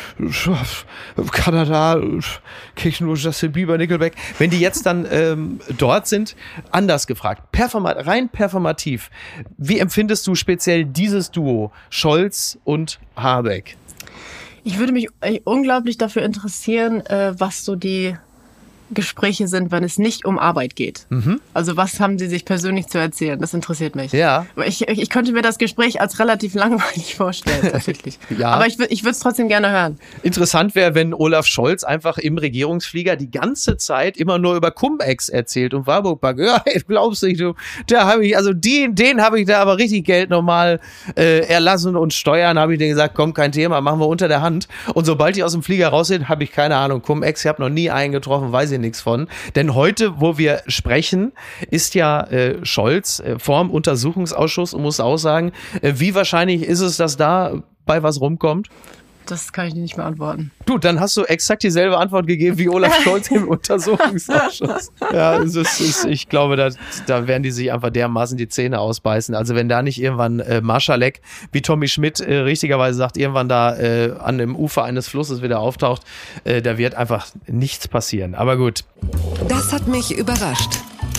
Kanada Kirchen, Justin Bieber, Nickelback, wenn die jetzt dann dort sind, anders gefragt, rein performativ, wie empfindest du speziell dieses Duo, Scholz und Habeck? Ich würde mich unglaublich dafür interessieren, was so die Gespräche sind, wenn es nicht um Arbeit geht. Also was haben sie sich persönlich zu erzählen? Das interessiert mich. Ja. Ich könnte mir das Gespräch als relativ langweilig vorstellen, tatsächlich. Ja. Aber ich würde es trotzdem gerne hören. Interessant wäre, wenn Olaf Scholz einfach im Regierungsflieger die ganze Zeit immer nur über Cum-Ex erzählt und Warburg Bank. Ja, glaubst nicht, den habe ich da aber richtig Geld nochmal erlassen und Steuern, habe ich denen gesagt, komm, kein Thema, machen wir unter der Hand. Und sobald die aus dem Flieger raus sind, habe ich keine Ahnung, Cum-Ex, ich habe noch nie einen getroffen, weiß ich nichts von. Denn heute, wo wir sprechen, ist ja Scholz vorm Untersuchungsausschuss und muss auch sagen, wie wahrscheinlich ist es, dass da bei was rumkommt? Das kann ich dir nicht mehr antworten. Du, dann hast du exakt dieselbe Antwort gegeben wie Olaf Scholz im Untersuchungsausschuss. Ja, ich glaube, da werden die sich einfach dermaßen die Zähne ausbeißen. Also wenn da nicht irgendwann Marschalek, wie Tommy Schmidt richtigerweise sagt, irgendwann da an dem Ufer eines Flusses wieder auftaucht, da wird einfach nichts passieren. Aber gut. Das hat mich überrascht.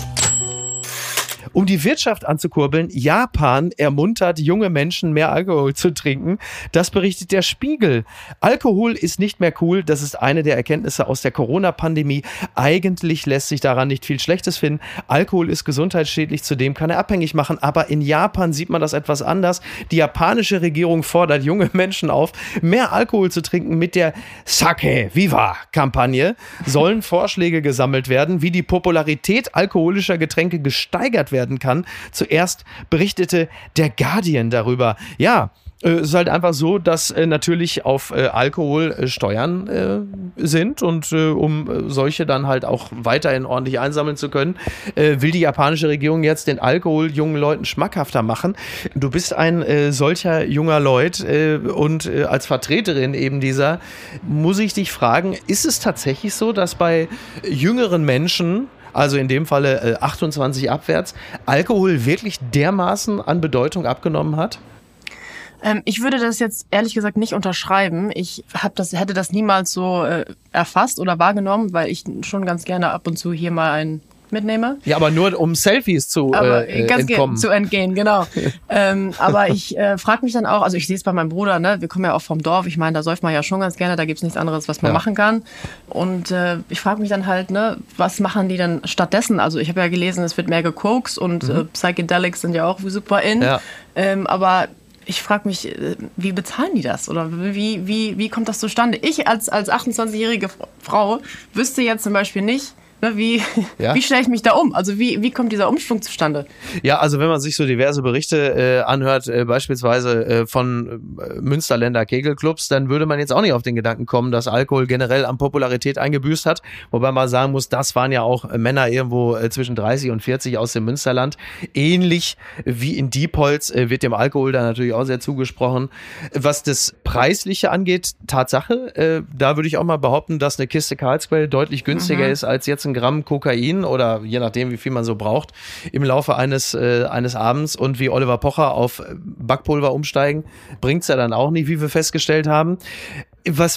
Um die Wirtschaft anzukurbeln, Japan ermuntert junge Menschen, mehr Alkohol zu trinken. Das berichtet der Spiegel. Alkohol ist nicht mehr cool. Das ist eine der Erkenntnisse aus der Corona-Pandemie. Eigentlich lässt sich daran nicht viel Schlechtes finden. Alkohol ist gesundheitsschädlich, zudem kann er abhängig machen. Aber in Japan sieht man das etwas anders. Die japanische Regierung fordert junge Menschen auf, mehr Alkohol zu trinken. Mit der Sake Viva-Kampagne sollen Vorschläge gesammelt werden, wie die Popularität alkoholischer Getränke gesteigert werden kann. Zuerst berichtete der Guardian darüber. Ja, es ist halt einfach so, dass natürlich auf Alkohol Steuern sind und um solche dann halt auch weiterhin ordentlich einsammeln zu können, will die japanische Regierung jetzt den Alkohol jungen Leuten schmackhafter machen. Du bist ein solcher junger Leut und als Vertreterin eben dieser, muss ich dich fragen, ist es tatsächlich so, dass bei jüngeren Menschen, also in dem Falle 28 abwärts, Alkohol wirklich dermaßen an Bedeutung abgenommen hat? Ich würde das jetzt ehrlich gesagt nicht unterschreiben. Ich hätte das niemals so erfasst oder wahrgenommen, weil ich schon ganz gerne ab und zu hier mal einen mitnehme. Ja, aber nur um Selfies zu entkommen. Zu entgehen, genau. Aber ich frage mich dann auch, also ich sehe es bei meinem Bruder, ne, wir kommen ja auch vom Dorf, ich meine, da säuft man ja schon ganz gerne, da gibt's nichts anderes, was man machen kann. Und ich frage mich dann halt, ne, was machen die dann stattdessen? Also ich habe ja gelesen, es wird mehr gekokst und Psychedelics sind ja auch super in. Ja. Aber ich frage mich, wie bezahlen die das? Oder wie kommt das zustande? Ich als 28-jährige Frau wüsste jetzt zum Beispiel nicht, ne, wie stelle ich mich da um? Also wie kommt dieser Umschwung zustande? Ja, also wenn man sich so diverse Berichte anhört, beispielsweise von Münsterländer Kegelclubs, dann würde man jetzt auch nicht auf den Gedanken kommen, dass Alkohol generell an Popularität eingebüßt hat. Wobei man sagen muss, das waren ja auch Männer irgendwo zwischen 30 und 40 aus dem Münsterland. Ähnlich wie in Diepholz wird dem Alkohol da natürlich auch sehr zugesprochen. Was das Preisliche angeht, Tatsache, da würde ich auch mal behaupten, dass eine Kiste Carlsberg deutlich günstiger ist als jetzt ein Gramm Kokain oder je nachdem, wie viel man so braucht, im Laufe eines Abends. Und wie Oliver Pocher auf Backpulver umsteigen, bringt's ja dann auch nicht, wie wir festgestellt haben. Was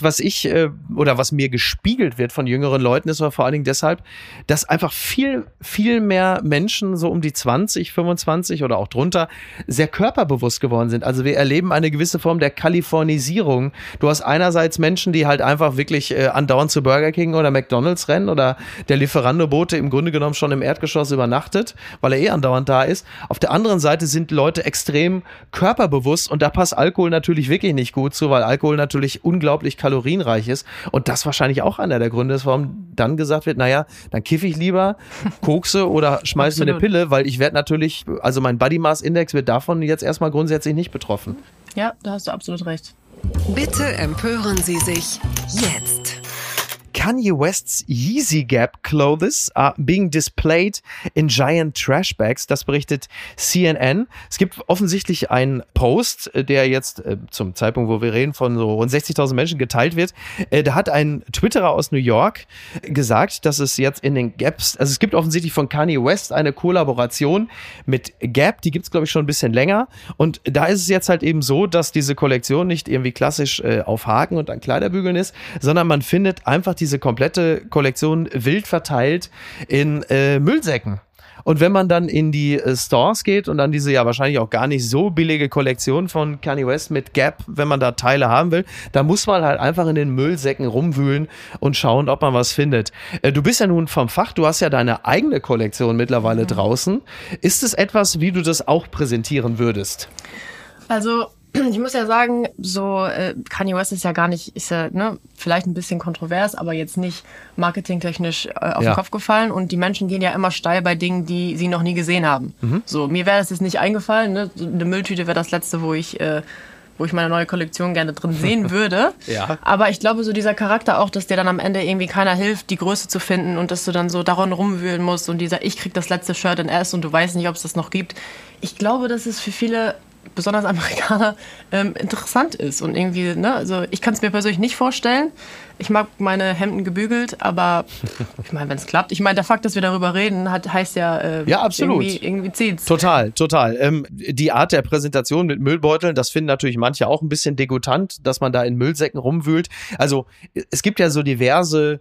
mir gespiegelt wird von jüngeren Leuten, ist aber vor allen Dingen deshalb, dass einfach viel, viel mehr Menschen so um die 20, 25 oder auch drunter sehr körperbewusst geworden sind. Also wir erleben eine gewisse Form der Kalifornisierung. Du hast einerseits Menschen, die halt einfach wirklich andauernd zu Burger King oder McDonald's rennen oder der Lieferando-Bote im Grunde genommen schon im Erdgeschoss übernachtet, weil er andauernd da ist. Auf der anderen Seite sind Leute extrem körperbewusst und da passt Alkohol natürlich wirklich nicht gut zu, weil Alkohol natürlich unglaublich kalorienreich ist und das wahrscheinlich auch einer der Gründe ist, warum dann gesagt wird, naja, dann kiffe ich lieber, kokse oder schmeiß mir eine Pille, weil ich werde natürlich, also mein Body Mass Index wird davon jetzt erstmal grundsätzlich nicht betroffen. Ja, da hast du absolut recht. Bitte empören Sie sich jetzt. Kanye West's Yeezy Gap clothes are being displayed in giant trash bags. Das berichtet CNN. Es gibt offensichtlich einen Post, der jetzt zum Zeitpunkt, wo wir reden, von so rund 60.000 Menschen geteilt wird. Da hat ein Twitterer aus New York gesagt, dass es jetzt in den Gaps, also es gibt offensichtlich von Kanye West eine Kollaboration mit Gap, die gibt's glaube ich schon ein bisschen länger. Und da ist es jetzt halt eben so, dass diese Kollektion nicht irgendwie klassisch auf Haken und an Kleiderbügeln ist, sondern man findet einfach diese komplette Kollektion wild verteilt in Müllsäcken. Und wenn man dann in die Stores geht und dann diese ja wahrscheinlich auch gar nicht so billige Kollektion von Kanye West mit Gap, wenn man da Teile haben will, da muss man halt einfach in den Müllsäcken rumwühlen und schauen, ob man was findet. Du bist ja nun vom Fach, du hast ja deine eigene Kollektion mittlerweile draußen. Ist es etwas, wie du das auch präsentieren würdest? Also ich muss ja sagen, so Kanye West ist ja gar nicht, ist ja vielleicht ein bisschen kontrovers, aber jetzt nicht marketingtechnisch auf den Kopf gefallen. Und die Menschen gehen ja immer steil bei Dingen, die sie noch nie gesehen haben. So, mir wäre das jetzt nicht eingefallen. Ne? Eine Mülltüte wäre das Letzte, wo ich meine neue Kollektion gerne drin sehen würde. Ja. Aber ich glaube, so dieser Charakter auch, dass dir dann am Ende irgendwie keiner hilft, die Größe zu finden und dass du dann so daran rumwühlen musst und dieser, ich krieg das letzte Shirt in S und du weißt nicht, ob es das noch gibt. Ich glaube, das ist für viele besonders Amerikaner, interessant ist. Und irgendwie, ne, also ich kann es mir persönlich nicht vorstellen. Ich mag meine Hemden gebügelt, aber ich meine, wenn es klappt. Ich meine, der Fakt, dass wir darüber reden, heißt ja, ja, absolut. Irgendwie zieht's. Total. Die Art der Präsentation mit Müllbeuteln, das finden natürlich manche auch ein bisschen degutant, dass man da in Müllsäcken rumwühlt. Also es gibt ja so diverse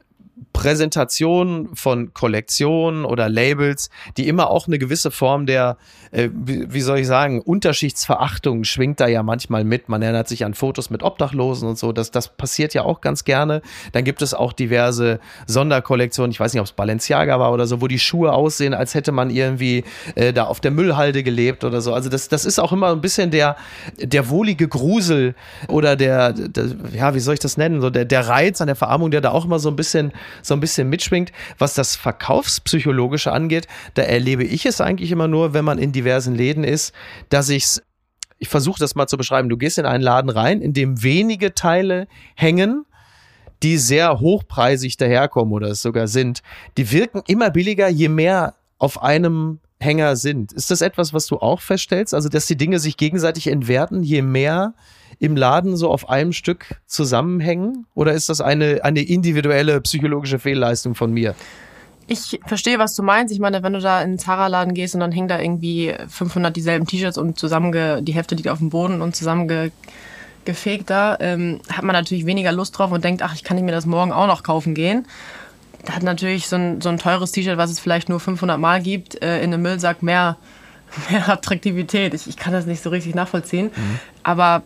Präsentation von Kollektionen oder Labels, die immer auch eine gewisse Form der, wie soll ich sagen, Unterschichtsverachtung schwingt da ja manchmal mit. Man erinnert sich an Fotos mit Obdachlosen und so. Das passiert ja auch ganz gerne. Dann gibt es auch diverse Sonderkollektionen. Ich weiß nicht, ob es Balenciaga war oder so, wo die Schuhe aussehen, als hätte man irgendwie da auf der Müllhalde gelebt oder so. Also das ist auch immer ein bisschen der wohlige Grusel oder der, ja, wie soll ich das nennen? So der Reiz an der Verarmung, der da auch immer so ein bisschen mitschwingt. Was das Verkaufspsychologische angeht, da erlebe ich es eigentlich immer nur, wenn man in diversen Läden ist, dass ich versuche das mal zu beschreiben. Du gehst in einen Laden rein, in dem wenige Teile hängen, die sehr hochpreisig daherkommen oder es sogar sind. Die wirken immer billiger, je mehr auf einem Hänger sind. Ist das etwas, was du auch feststellst? Also, dass die Dinge sich gegenseitig entwerten, je mehr im Laden so auf einem Stück zusammenhängen? Oder ist das eine individuelle psychologische Fehlleistung von mir? Ich verstehe, was du meinst. Ich meine, wenn du da in den Zara-Laden gehst und dann hängen da irgendwie 500 dieselben T-Shirts und die Hälfte liegt auf dem Boden und zusammengefegt da, hat man natürlich weniger Lust drauf und denkt, ach, ich kann mir das morgen auch noch kaufen gehen. Da hat natürlich so ein teures T-Shirt, was es vielleicht nur 500 Mal gibt, in einem Müllsack mehr Attraktivität. Ich kann das nicht so richtig nachvollziehen. Aber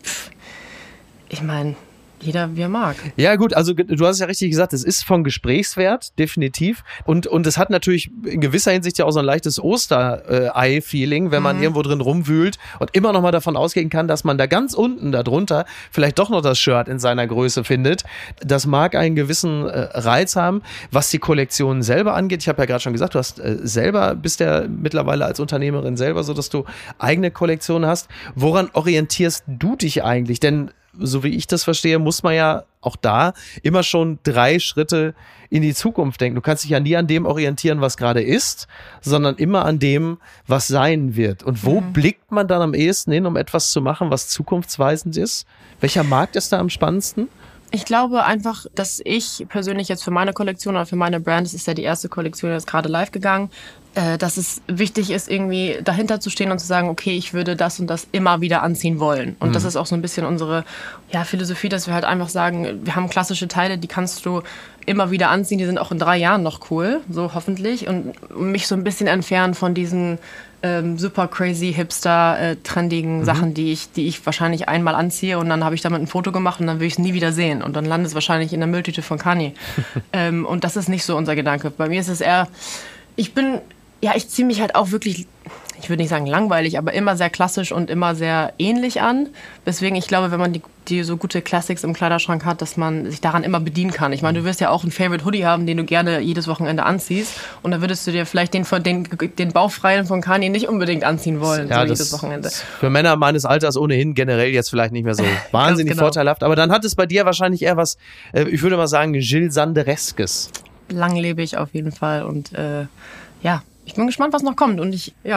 ich meine, jeder wie er mag. Ja gut, also du hast es ja richtig gesagt, es ist von Gesprächswert, definitiv. Und es hat natürlich in gewisser Hinsicht ja auch so ein leichtes Osterei-Feeling, wenn man irgendwo drin rumwühlt und immer noch mal davon ausgehen kann, dass man da ganz unten darunter vielleicht doch noch das Shirt in seiner Größe findet. Das mag einen gewissen Reiz haben. Was die Kollektion selber angeht, ich habe ja gerade schon gesagt, du hast bist ja mittlerweile als Unternehmerin selber so, dass du eigene Kollektionen hast. Woran orientierst du dich eigentlich? Denn so wie ich das verstehe, muss man ja auch da immer schon 3 Schritte in die Zukunft denken. Du kannst dich ja nie an dem orientieren, was gerade ist, sondern immer an dem, was sein wird. Und wo blickt man dann am ehesten hin, um etwas zu machen, was zukunftsweisend ist? Welcher Markt ist da am spannendsten? Ich glaube einfach, dass ich persönlich jetzt für meine Kollektion oder für meine Brand, das ist ja die erste Kollektion, die ist gerade live gegangen, dass es wichtig ist, irgendwie dahinter zu stehen und zu sagen, okay, ich würde das und das immer wieder anziehen wollen. Und das ist auch so ein bisschen unsere Philosophie, dass wir halt einfach sagen, wir haben klassische Teile, die kannst du immer wieder anziehen, die sind auch in 3 Jahren noch cool, so hoffentlich. Und mich so ein bisschen entfernen von diesen super crazy, hipster, trendigen Sachen, die ich wahrscheinlich einmal anziehe und dann habe ich damit ein Foto gemacht und dann will ich es nie wieder sehen. Und dann landet es wahrscheinlich in der Mülltüte von Kanye. Und das ist nicht so unser Gedanke. Bei mir ist es eher, ich ziehe mich halt auch wirklich, ich würde nicht sagen langweilig, aber immer sehr klassisch und immer sehr ähnlich an. Deswegen, ich glaube, wenn man die so gute Classics im Kleiderschrank hat, dass man sich daran immer bedienen kann. Ich meine, du wirst ja auch einen Favorite Hoodie haben, den du gerne jedes Wochenende anziehst. Und da würdest du dir vielleicht den bauchfreien von Kanye nicht unbedingt anziehen wollen, ja, so jedes Wochenende. Für Männer meines Alters ohnehin generell jetzt vielleicht nicht mehr so wahnsinnig vorteilhaft. Aber dann hat es bei dir wahrscheinlich eher was, ich würde mal sagen, Gilles Sandereskes. Langlebig auf jeden Fall. Und ich bin gespannt, was noch kommt. Und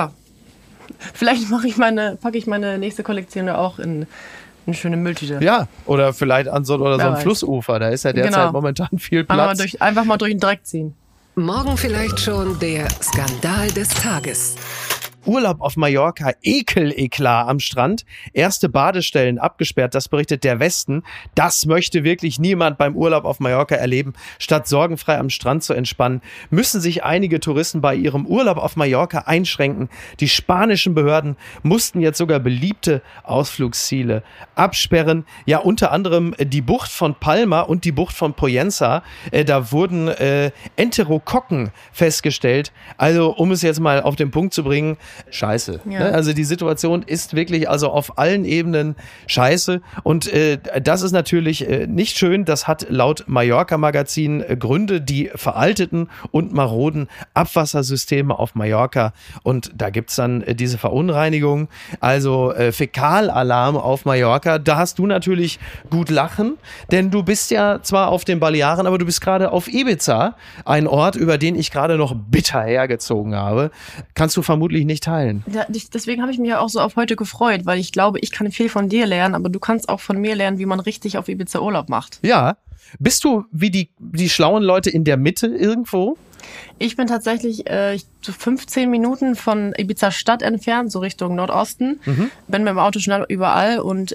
vielleicht packe ich meine nächste Kollektion ja auch in eine schöne Mülltüte. Ja, oder vielleicht an so ein Flussufer. Da ist ja derzeit momentan viel Platz. Einfach mal durch den Dreck ziehen. Morgen vielleicht schon der Skandal des Tages. Urlaub auf Mallorca, Eklat am Strand, erste Badestellen abgesperrt, das berichtet der Westen. Das möchte wirklich niemand beim Urlaub auf Mallorca erleben. Statt sorgenfrei am Strand zu entspannen, müssen sich einige Touristen bei ihrem Urlaub auf Mallorca einschränken. Die spanischen Behörden mussten jetzt sogar beliebte Ausflugsziele absperren. Ja, unter anderem die Bucht von Palma und die Bucht von Poyensa. Da wurden Enterokokken festgestellt. Also, um es jetzt mal auf den Punkt zu bringen, scheiße. Ja. Also die Situation ist wirklich also auf allen Ebenen scheiße und das ist natürlich nicht schön. Das hat laut Mallorca-Magazin Gründe, die veralteten und maroden Abwassersysteme auf Mallorca und da gibt's dann diese Verunreinigung, also Fäkalalarm auf Mallorca. Da hast du natürlich gut lachen, denn du bist ja zwar auf den Balearen, aber du bist gerade auf Ibiza, ein Ort, über den ich gerade noch bitter hergezogen habe. Kannst du vermutlich nicht teilen. Ja, deswegen habe ich mich ja auch so auf heute gefreut, weil ich glaube, ich kann viel von dir lernen, aber du kannst auch von mir lernen, wie man richtig auf Ibiza Urlaub macht. Ja. Bist du wie die schlauen Leute in der Mitte irgendwo? Ich bin tatsächlich so 15 Minuten von Ibiza Stadt entfernt, so Richtung Nordosten. Bin mit dem Auto schnell überall und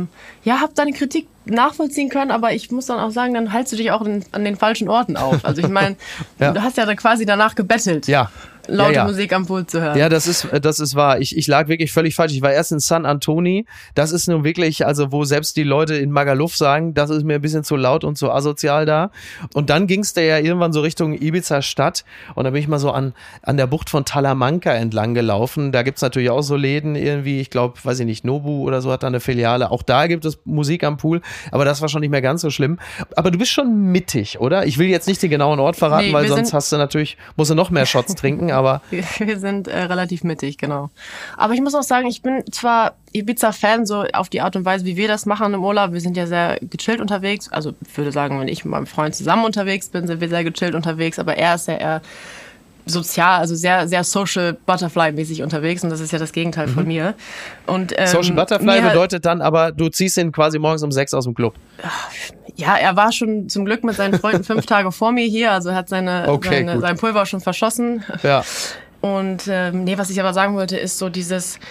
habe deine Kritik nachvollziehen können, aber ich muss dann auch sagen, dann hältst du dich auch an den falschen Orten auf. Also ich meine, du hast ja dann quasi danach gebettelt. Ja. Laute Musik am Pult zu hören. Ja, das ist wahr. Ich lag wirklich völlig falsch. Ich war erst in San Antoni. Das ist nun wirklich, also wo selbst die Leute in Magaluf sagen, das ist mir ein bisschen zu laut und zu asozial da. Und dann ging's da ja irgendwann so Richtung Ibiza Stadt. Und da bin ich mal so an der Bucht von Talamanca entlang gelaufen. Da gibt's natürlich auch so Läden irgendwie. Ich glaube, weiß ich nicht, Nobu oder so hat da eine Filiale. Auch da gibt es Musik am Pool. Aber das war schon nicht mehr ganz so schlimm. Aber du bist schon mittig, oder? Ich will jetzt nicht den genauen Ort verraten, weil sonst musst du noch mehr Shots trinken. Aber wir sind relativ mittig, genau. Aber ich muss auch sagen, ich bin zwar Ibiza-Fan, so auf die Art und Weise, wie wir das machen im Urlaub. Wir sind ja sehr gechillt unterwegs. Also ich würde sagen, wenn ich mit meinem Freund zusammen unterwegs bin, sind wir sehr gechillt unterwegs. Aber er ist ja eher sozial, also sehr, sehr Social Butterfly-mäßig unterwegs und das ist ja das Gegenteil von mir. Und, Social Butterfly bedeutet dann aber, du ziehst ihn quasi morgens um 6 aus dem Club. Ja, er war schon zum Glück mit seinen Freunden 5 Tage vor mir hier, also er hat sein Pulver schon verschossen. Ja. Und was ich aber sagen wollte, ist so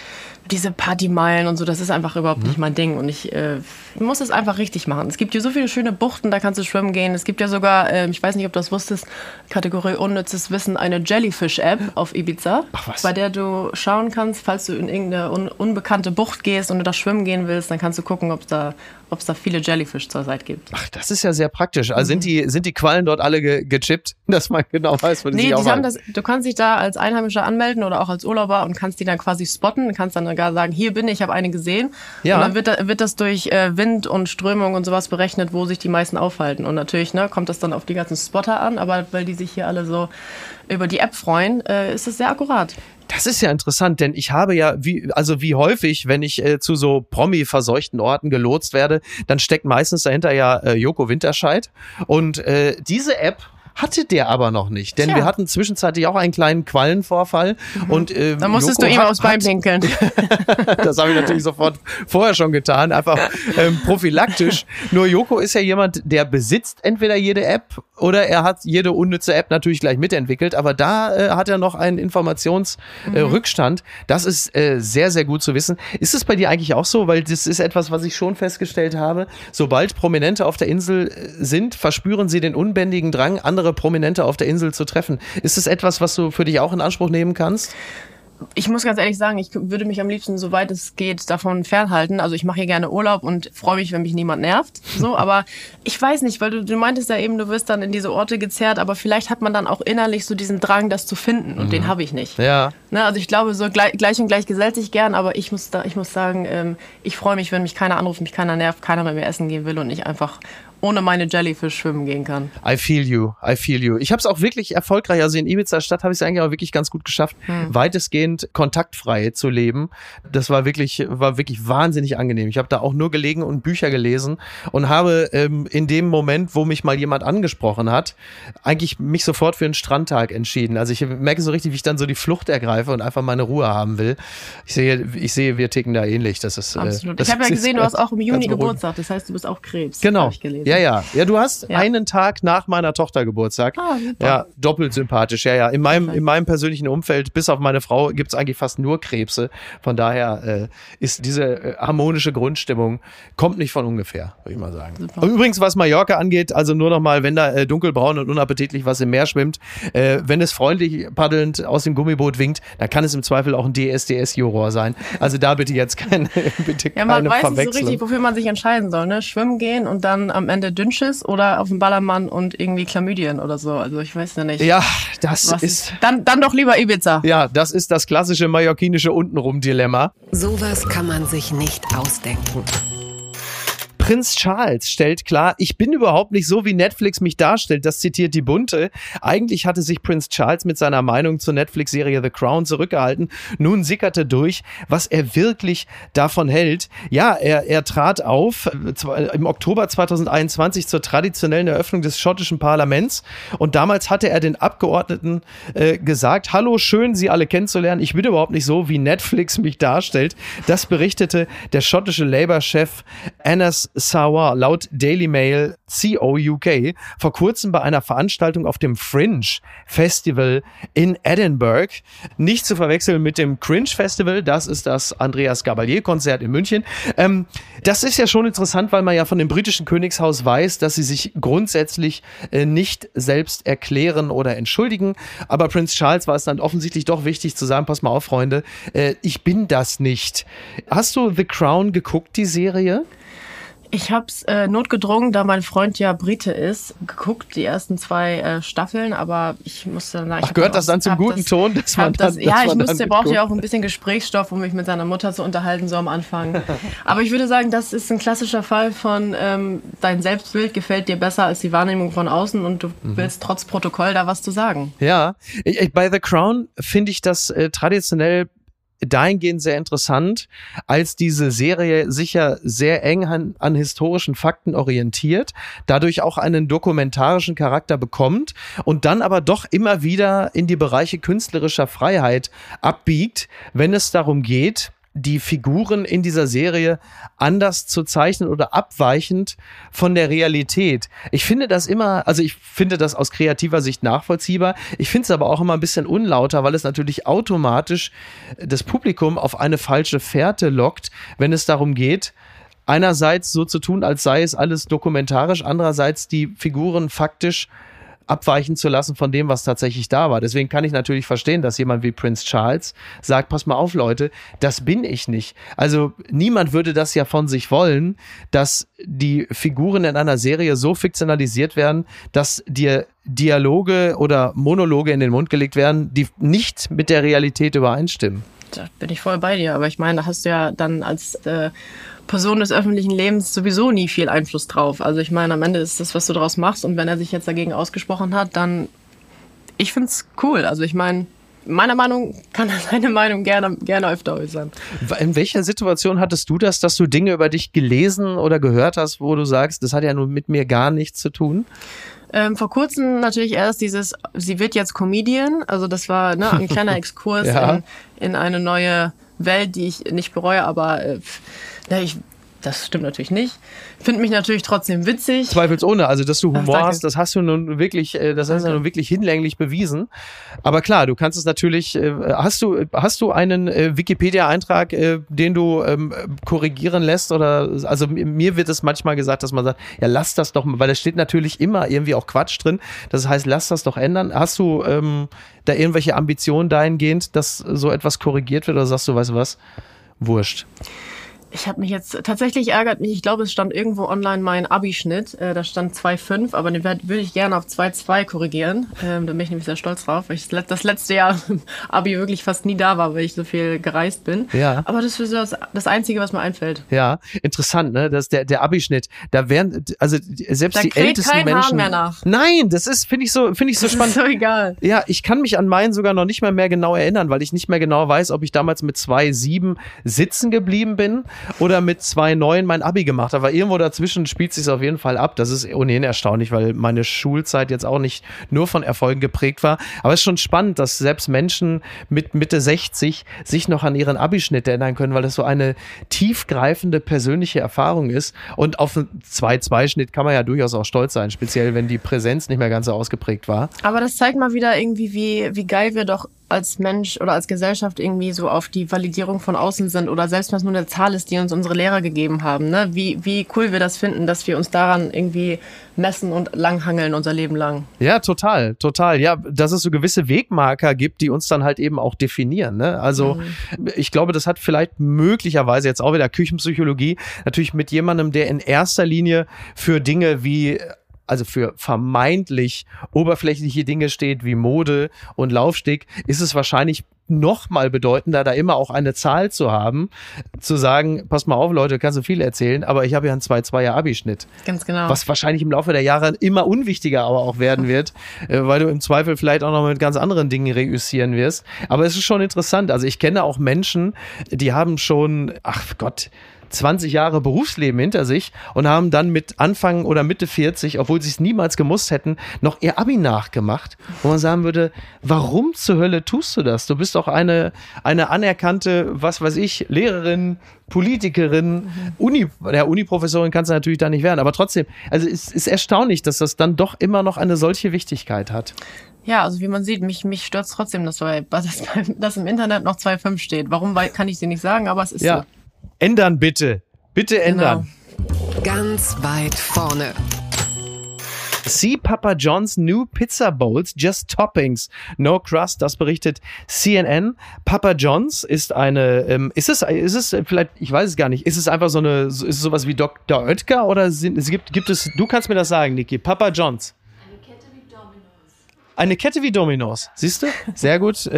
diese Partymeilen und so, das ist einfach überhaupt nicht mein Ding. Und ich muss es einfach richtig machen. Es gibt hier so viele schöne Buchten, da kannst du schwimmen gehen. Es gibt ja sogar, ich weiß nicht, ob du das wusstest, Kategorie unnützes Wissen, eine Jellyfish-App auf Ibiza, bei der du schauen kannst, falls du in irgendeine unbekannte Bucht gehst und du da schwimmen gehen willst, dann kannst du gucken, ob es da viele Jellyfish zur Seite gibt. Ach, das ist ja sehr praktisch. Also sind die Quallen dort alle gechippt, dass man genau weiß, wo die sich aufhalten? Du kannst dich da als Einheimischer anmelden oder auch als Urlauber und kannst die dann quasi spotten. Du kannst dann sogar sagen, hier bin ich habe eine gesehen. Ja. Und dann wird das durch Wind und Strömung und sowas berechnet, wo sich die meisten aufhalten. Und natürlich kommt das dann auf die ganzen Spotter an, aber weil die sich hier alle so über die App freuen, ist es sehr akkurat. Das ist ja interessant, denn ich habe ja, wie häufig, wenn ich zu so Promi-verseuchten Orten gelotst werde, dann steckt meistens dahinter ja Joko Winterscheid. Und diese App hatte der aber noch nicht, denn wir hatten zwischenzeitlich auch einen kleinen Quallenvorfall. Und da musstest du ihm aufs Bein pinkeln. Das habe ich natürlich sofort vorher schon getan, einfach prophylaktisch. Nur Joko ist ja jemand, der besitzt entweder jede App oder er hat jede unnütze App natürlich gleich mitentwickelt, aber da hat er noch einen Informationsrückstand. Das ist sehr, sehr gut zu wissen. Ist es bei dir eigentlich auch so? Weil das ist etwas, was ich schon festgestellt habe. Sobald Prominente auf der Insel sind, verspüren sie den unbändigen Drang, andere Prominente auf der Insel zu treffen. Ist es etwas, was du für dich auch in Anspruch nehmen kannst? Ich muss ganz ehrlich sagen, ich würde mich am liebsten, soweit es geht, davon fernhalten. Also ich mache hier gerne Urlaub und freue mich, wenn mich niemand nervt. So, aber ich weiß nicht, weil du meintest ja eben, du wirst dann in diese Orte gezerrt, aber vielleicht hat man dann auch innerlich so diesen Drang, das zu finden und den habe ich nicht. Ja. Also ich glaube, so gleich und gleich gesellt sich gern, aber ich muss sagen, ich freue mich, wenn mich keiner anruft, mich keiner nervt, keiner mit mir essen gehen will und ich einfach ohne meine Jellyfish schwimmen gehen kann. I feel you. Ich habe es auch wirklich erfolgreich, also in Ibiza Stadt habe ich es eigentlich auch wirklich ganz gut geschafft, weitestgehend kontaktfrei zu leben. Das war wirklich wahnsinnig angenehm. Ich habe da auch nur gelegen und Bücher gelesen und habe in dem Moment, wo mich mal jemand angesprochen hat, eigentlich mich sofort für einen Strandtag entschieden. Also ich merke so richtig, wie ich dann so die Flucht ergreife und einfach meine Ruhe haben will. Ich sehe, wir ticken da ähnlich. Das ist absolut. Ich habe ja gesehen, du hast auch im Juni Geburtstag. Das heißt, du bist auch Krebs. Genau. Habe ich gelesen. Ja, du hast einen Tag nach meiner Tochter Geburtstag. Ah, super. Ja, doppelt sympathisch. Ja. In meinem persönlichen Umfeld, bis auf meine Frau, gibt es eigentlich fast nur Krebse. Von daher ist diese harmonische Grundstimmung, kommt nicht von ungefähr, würde ich mal sagen. Super. Übrigens, was Mallorca angeht, also nur noch mal, wenn da dunkelbraun und unappetitlich was im Meer schwimmt, wenn es freundlich paddelnd aus dem Gummiboot winkt, dann kann es im Zweifel auch ein DSDS-Juror sein. Also da bitte jetzt keine man weiß nicht so richtig, wofür man sich entscheiden soll. Ne? Schwimmen gehen und dann am Ende Dünnschiss oder auf dem Ballermann und irgendwie Chlamydien oder so. Also ich weiß ja nicht. Ja, das ist... Dann doch lieber Ibiza. Ja, das ist das klassische mallorquinische Untenrum-Dilemma. Sowas kann man sich nicht ausdenken. Prinz Charles stellt klar, ich bin überhaupt nicht so, wie Netflix mich darstellt. Das zitiert die Bunte. Eigentlich hatte sich Prinz Charles mit seiner Meinung zur Netflix-Serie The Crown zurückgehalten. Nun sickerte durch, was er wirklich davon hält. Ja, er trat auf im Oktober 2021 zur traditionellen Eröffnung des schottischen Parlaments. Und damals hatte er den Abgeordneten gesagt, hallo, schön, Sie alle kennenzulernen. Ich bin überhaupt nicht so, wie Netflix mich darstellt. Das berichtete der schottische Labour-Chef Anas Sarwar laut Daily Mail CO UK vor kurzem bei einer Veranstaltung auf dem Fringe Festival in Edinburgh. Nicht zu verwechseln mit dem Cringe Festival, das ist das Andreas Gabalier-Konzert in München. Das ist ja schon interessant, weil man ja von dem britischen Königshaus weiß, dass sie sich grundsätzlich nicht selbst erklären oder entschuldigen. Aber Prinz Charles war es dann offensichtlich doch wichtig zu sagen, pass mal auf, Freunde, ich bin das nicht. Hast du The Crown geguckt, die Serie? Ich hab's notgedrungen, da mein Freund ja Brite ist, geguckt, die ersten 2 Staffeln, aber ich musste dann... Ach, gehört das dann zum guten Ton? Ich brauchte ja auch ein bisschen Gesprächsstoff, um mich mit seiner Mutter zu unterhalten, so am Anfang. Aber ich würde sagen, das ist ein klassischer Fall von dein Selbstbild gefällt dir besser als die Wahrnehmung von außen und du willst trotz Protokoll da was zu sagen. Ja, bei The Crown finde ich das traditionell dahingehend sehr interessant, als diese Serie sich ja sehr eng an historischen Fakten orientiert, dadurch auch einen dokumentarischen Charakter bekommt und dann aber doch immer wieder in die Bereiche künstlerischer Freiheit abbiegt, wenn es darum geht, die Figuren in dieser Serie anders zu zeichnen oder abweichend von der Realität. Ich finde das aus kreativer Sicht nachvollziehbar. Ich finde es aber auch immer ein bisschen unlauter, weil es natürlich automatisch das Publikum auf eine falsche Fährte lockt, wenn es darum geht, einerseits so zu tun, als sei es alles dokumentarisch, andererseits die Figuren faktisch abweichen zu lassen von dem, was tatsächlich da war. Deswegen kann ich natürlich verstehen, dass jemand wie Prinz Charles sagt, pass mal auf, Leute, das bin ich nicht. Also niemand würde das ja von sich wollen, dass die Figuren in einer Serie so fiktionalisiert werden, dass dir Dialoge oder Monologe in den Mund gelegt werden, die nicht mit der Realität übereinstimmen. Da bin ich voll bei dir, aber ich meine, da hast du ja dann als Person des öffentlichen Lebens sowieso nie viel Einfluss drauf. Also ich meine, am Ende ist das, was du daraus machst und wenn er sich jetzt dagegen ausgesprochen hat, dann, ich find's cool. Also ich meine, meiner Meinung kann er seine Meinung gerne öfter äußern. In welcher Situation hattest du das, dass du Dinge über dich gelesen oder gehört hast, wo du sagst, das hat ja nun mit mir gar nichts zu tun? Vor kurzem natürlich erst sie wird jetzt Comedian, also das war ein kleiner Exkurs ja. in eine neue Welt, die ich nicht bereue, aber das stimmt natürlich nicht. Finde mich natürlich trotzdem witzig. Zweifelsohne, also dass du Humor hast, das hast du nun wirklich, wirklich hinlänglich bewiesen. Aber klar, du kannst es natürlich, hast du einen Wikipedia-Eintrag, den du korrigieren lässt? Oder, also mir wird es manchmal gesagt, dass man sagt, ja lass das doch mal, weil da steht natürlich immer irgendwie auch Quatsch drin. Das heißt, lass das doch ändern. Hast du da irgendwelche Ambitionen dahingehend, dass so etwas korrigiert wird oder sagst du, weißt du was, wurscht? Ich habe mich jetzt, tatsächlich ärgert mich, ich glaube, es stand irgendwo online mein Abischnitt, da stand 2,5, aber den würde ich gerne auf 2,2 korrigieren. Da bin ich nämlich sehr stolz drauf, weil ich das letzte Jahr im Abi wirklich fast nie da war, weil ich so viel gereist bin. Ja. Aber das ist das Einzige, was mir einfällt. Ja, interessant, ne? Das der Abischnitt, da werden, also selbst da die ältesten kein Menschen. Hahn mehr nach. Nein, das ist, finde ich so spannend. Das ist so egal. Ja, ich kann mich an meinen sogar noch nicht mehr genau erinnern, weil ich nicht mehr genau weiß, ob ich damals mit 2,7 sitzen geblieben bin oder mit 2,9 mein Abi gemacht habe. Aber irgendwo dazwischen spielt es sich auf jeden Fall ab. Das ist ohnehin erstaunlich, weil meine Schulzeit jetzt auch nicht nur von Erfolgen geprägt war. Aber es ist schon spannend, dass selbst Menschen mit Mitte 60 sich noch an ihren Abischnitt erinnern können, weil das so eine tiefgreifende persönliche Erfahrung ist. Und auf einen 2,2-Schnitt kann man ja durchaus auch stolz sein, speziell wenn die Präsenz nicht mehr ganz so ausgeprägt war. Aber das zeigt mal wieder irgendwie, wie geil wir doch als Mensch oder als Gesellschaft irgendwie so auf die Validierung von außen sind oder selbst wenn es nur eine Zahl ist, die uns unsere Lehrer gegeben haben, ne? Wie cool wir das finden, dass wir uns daran irgendwie messen und langhangeln unser Leben lang. Ja, total. Ja, dass es so gewisse Wegmarker gibt, die uns dann halt eben auch definieren, ne? Also ich glaube, das hat vielleicht möglicherweise jetzt auch wieder Küchenpsychologie natürlich mit jemandem, der in erster Linie für Dinge wie also für vermeintlich oberflächliche Dinge steht, wie Mode und Laufsteg, ist es wahrscheinlich noch mal bedeutender, da immer auch eine Zahl zu haben, zu sagen, pass mal auf, Leute, kannst du viel erzählen, aber ich habe ja einen 2,2er Abischnitt. Ganz genau. Was wahrscheinlich im Laufe der Jahre immer unwichtiger aber auch werden wird, weil du im Zweifel vielleicht auch noch mit ganz anderen Dingen reüssieren wirst. Aber es ist schon interessant. Also ich kenne auch Menschen, die haben schon, 20 Jahre Berufsleben hinter sich und haben dann mit Anfang oder Mitte 40, obwohl sie es niemals gemusst hätten, noch ihr Abi nachgemacht. Wo man sagen würde, warum zur Hölle tust du das? Du bist doch eine anerkannte, was weiß ich, Lehrerin, Politikerin, Uniprofessorin kannst du natürlich da nicht werden. Aber trotzdem, also es ist erstaunlich, dass das dann doch immer noch eine solche Wichtigkeit hat. Ja, also wie man sieht, mich stört trotzdem, dass im Internet noch 2,5 steht. Warum, kann ich dir nicht sagen, aber es ist so. Ändern bitte. Bitte ändern. Genau. Ganz weit vorne. See Papa John's new Pizza Bowls, just toppings, no crust, das berichtet CNN. Papa John's ist eine, ist es vielleicht, ich weiß es gar nicht, ist es einfach ist es sowas wie Dr. Oetker oder gibt es, du kannst mir das sagen, Niki, Papa John's. Eine Kette wie Domino's, siehst du? Sehr gut.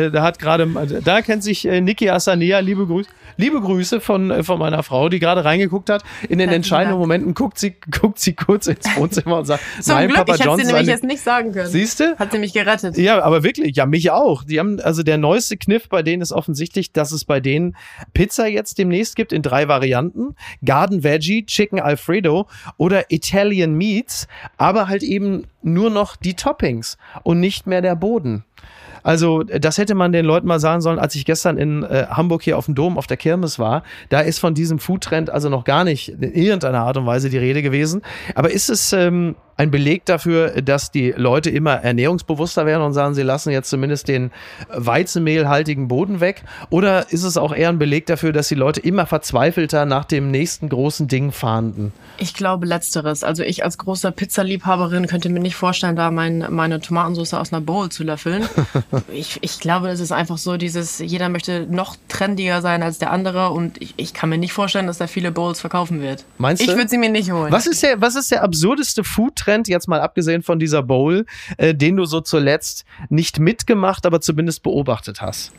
Da kennt sich Niki Asania, liebe Grüße von meiner Frau, die gerade reingeguckt hat. In den entscheidenden Momenten guckt sie kurz ins Wohnzimmer und sagt, nein, Glück, Papa John's. Ich hätte sie nämlich jetzt nicht sagen können. Siehst du? Hat sie mich gerettet. Ja, aber wirklich, ja, mich auch. Die haben, also der neueste Kniff bei denen ist offensichtlich, dass es bei denen Pizza jetzt demnächst gibt in 3 Varianten. Garden Veggie, Chicken Alfredo oder Italian Meats, aber halt eben nur noch die Toppings und nicht mehr der Boden. Also das hätte man den Leuten mal sagen sollen, als ich gestern in Hamburg hier auf dem Dom auf der Kirmes war. Da ist von diesem Foodtrend also noch gar nicht in irgendeiner Art und Weise die Rede gewesen. Aber ist es ein Beleg dafür, dass die Leute immer ernährungsbewusster werden und sagen, sie lassen jetzt zumindest den weizenmehlhaltigen Boden weg? Oder ist es auch eher ein Beleg dafür, dass die Leute immer verzweifelter nach dem nächsten großen Ding fahnden? Ich glaube Letzteres. Also ich als großer Pizzaliebhaberin könnte mir nicht vorstellen, da meine Tomatensauce aus einer Bowl zu löffeln. Ich glaube, es ist einfach so jeder möchte noch trendiger sein als der andere und ich kann mir nicht vorstellen, dass da viele Bowls verkaufen wird. Meinst du? Ich würde sie mir nicht holen. Was ist der absurdeste Foodtrend, jetzt mal abgesehen von dieser Bowl, den du so zuletzt nicht mitgemacht, aber zumindest beobachtet hast?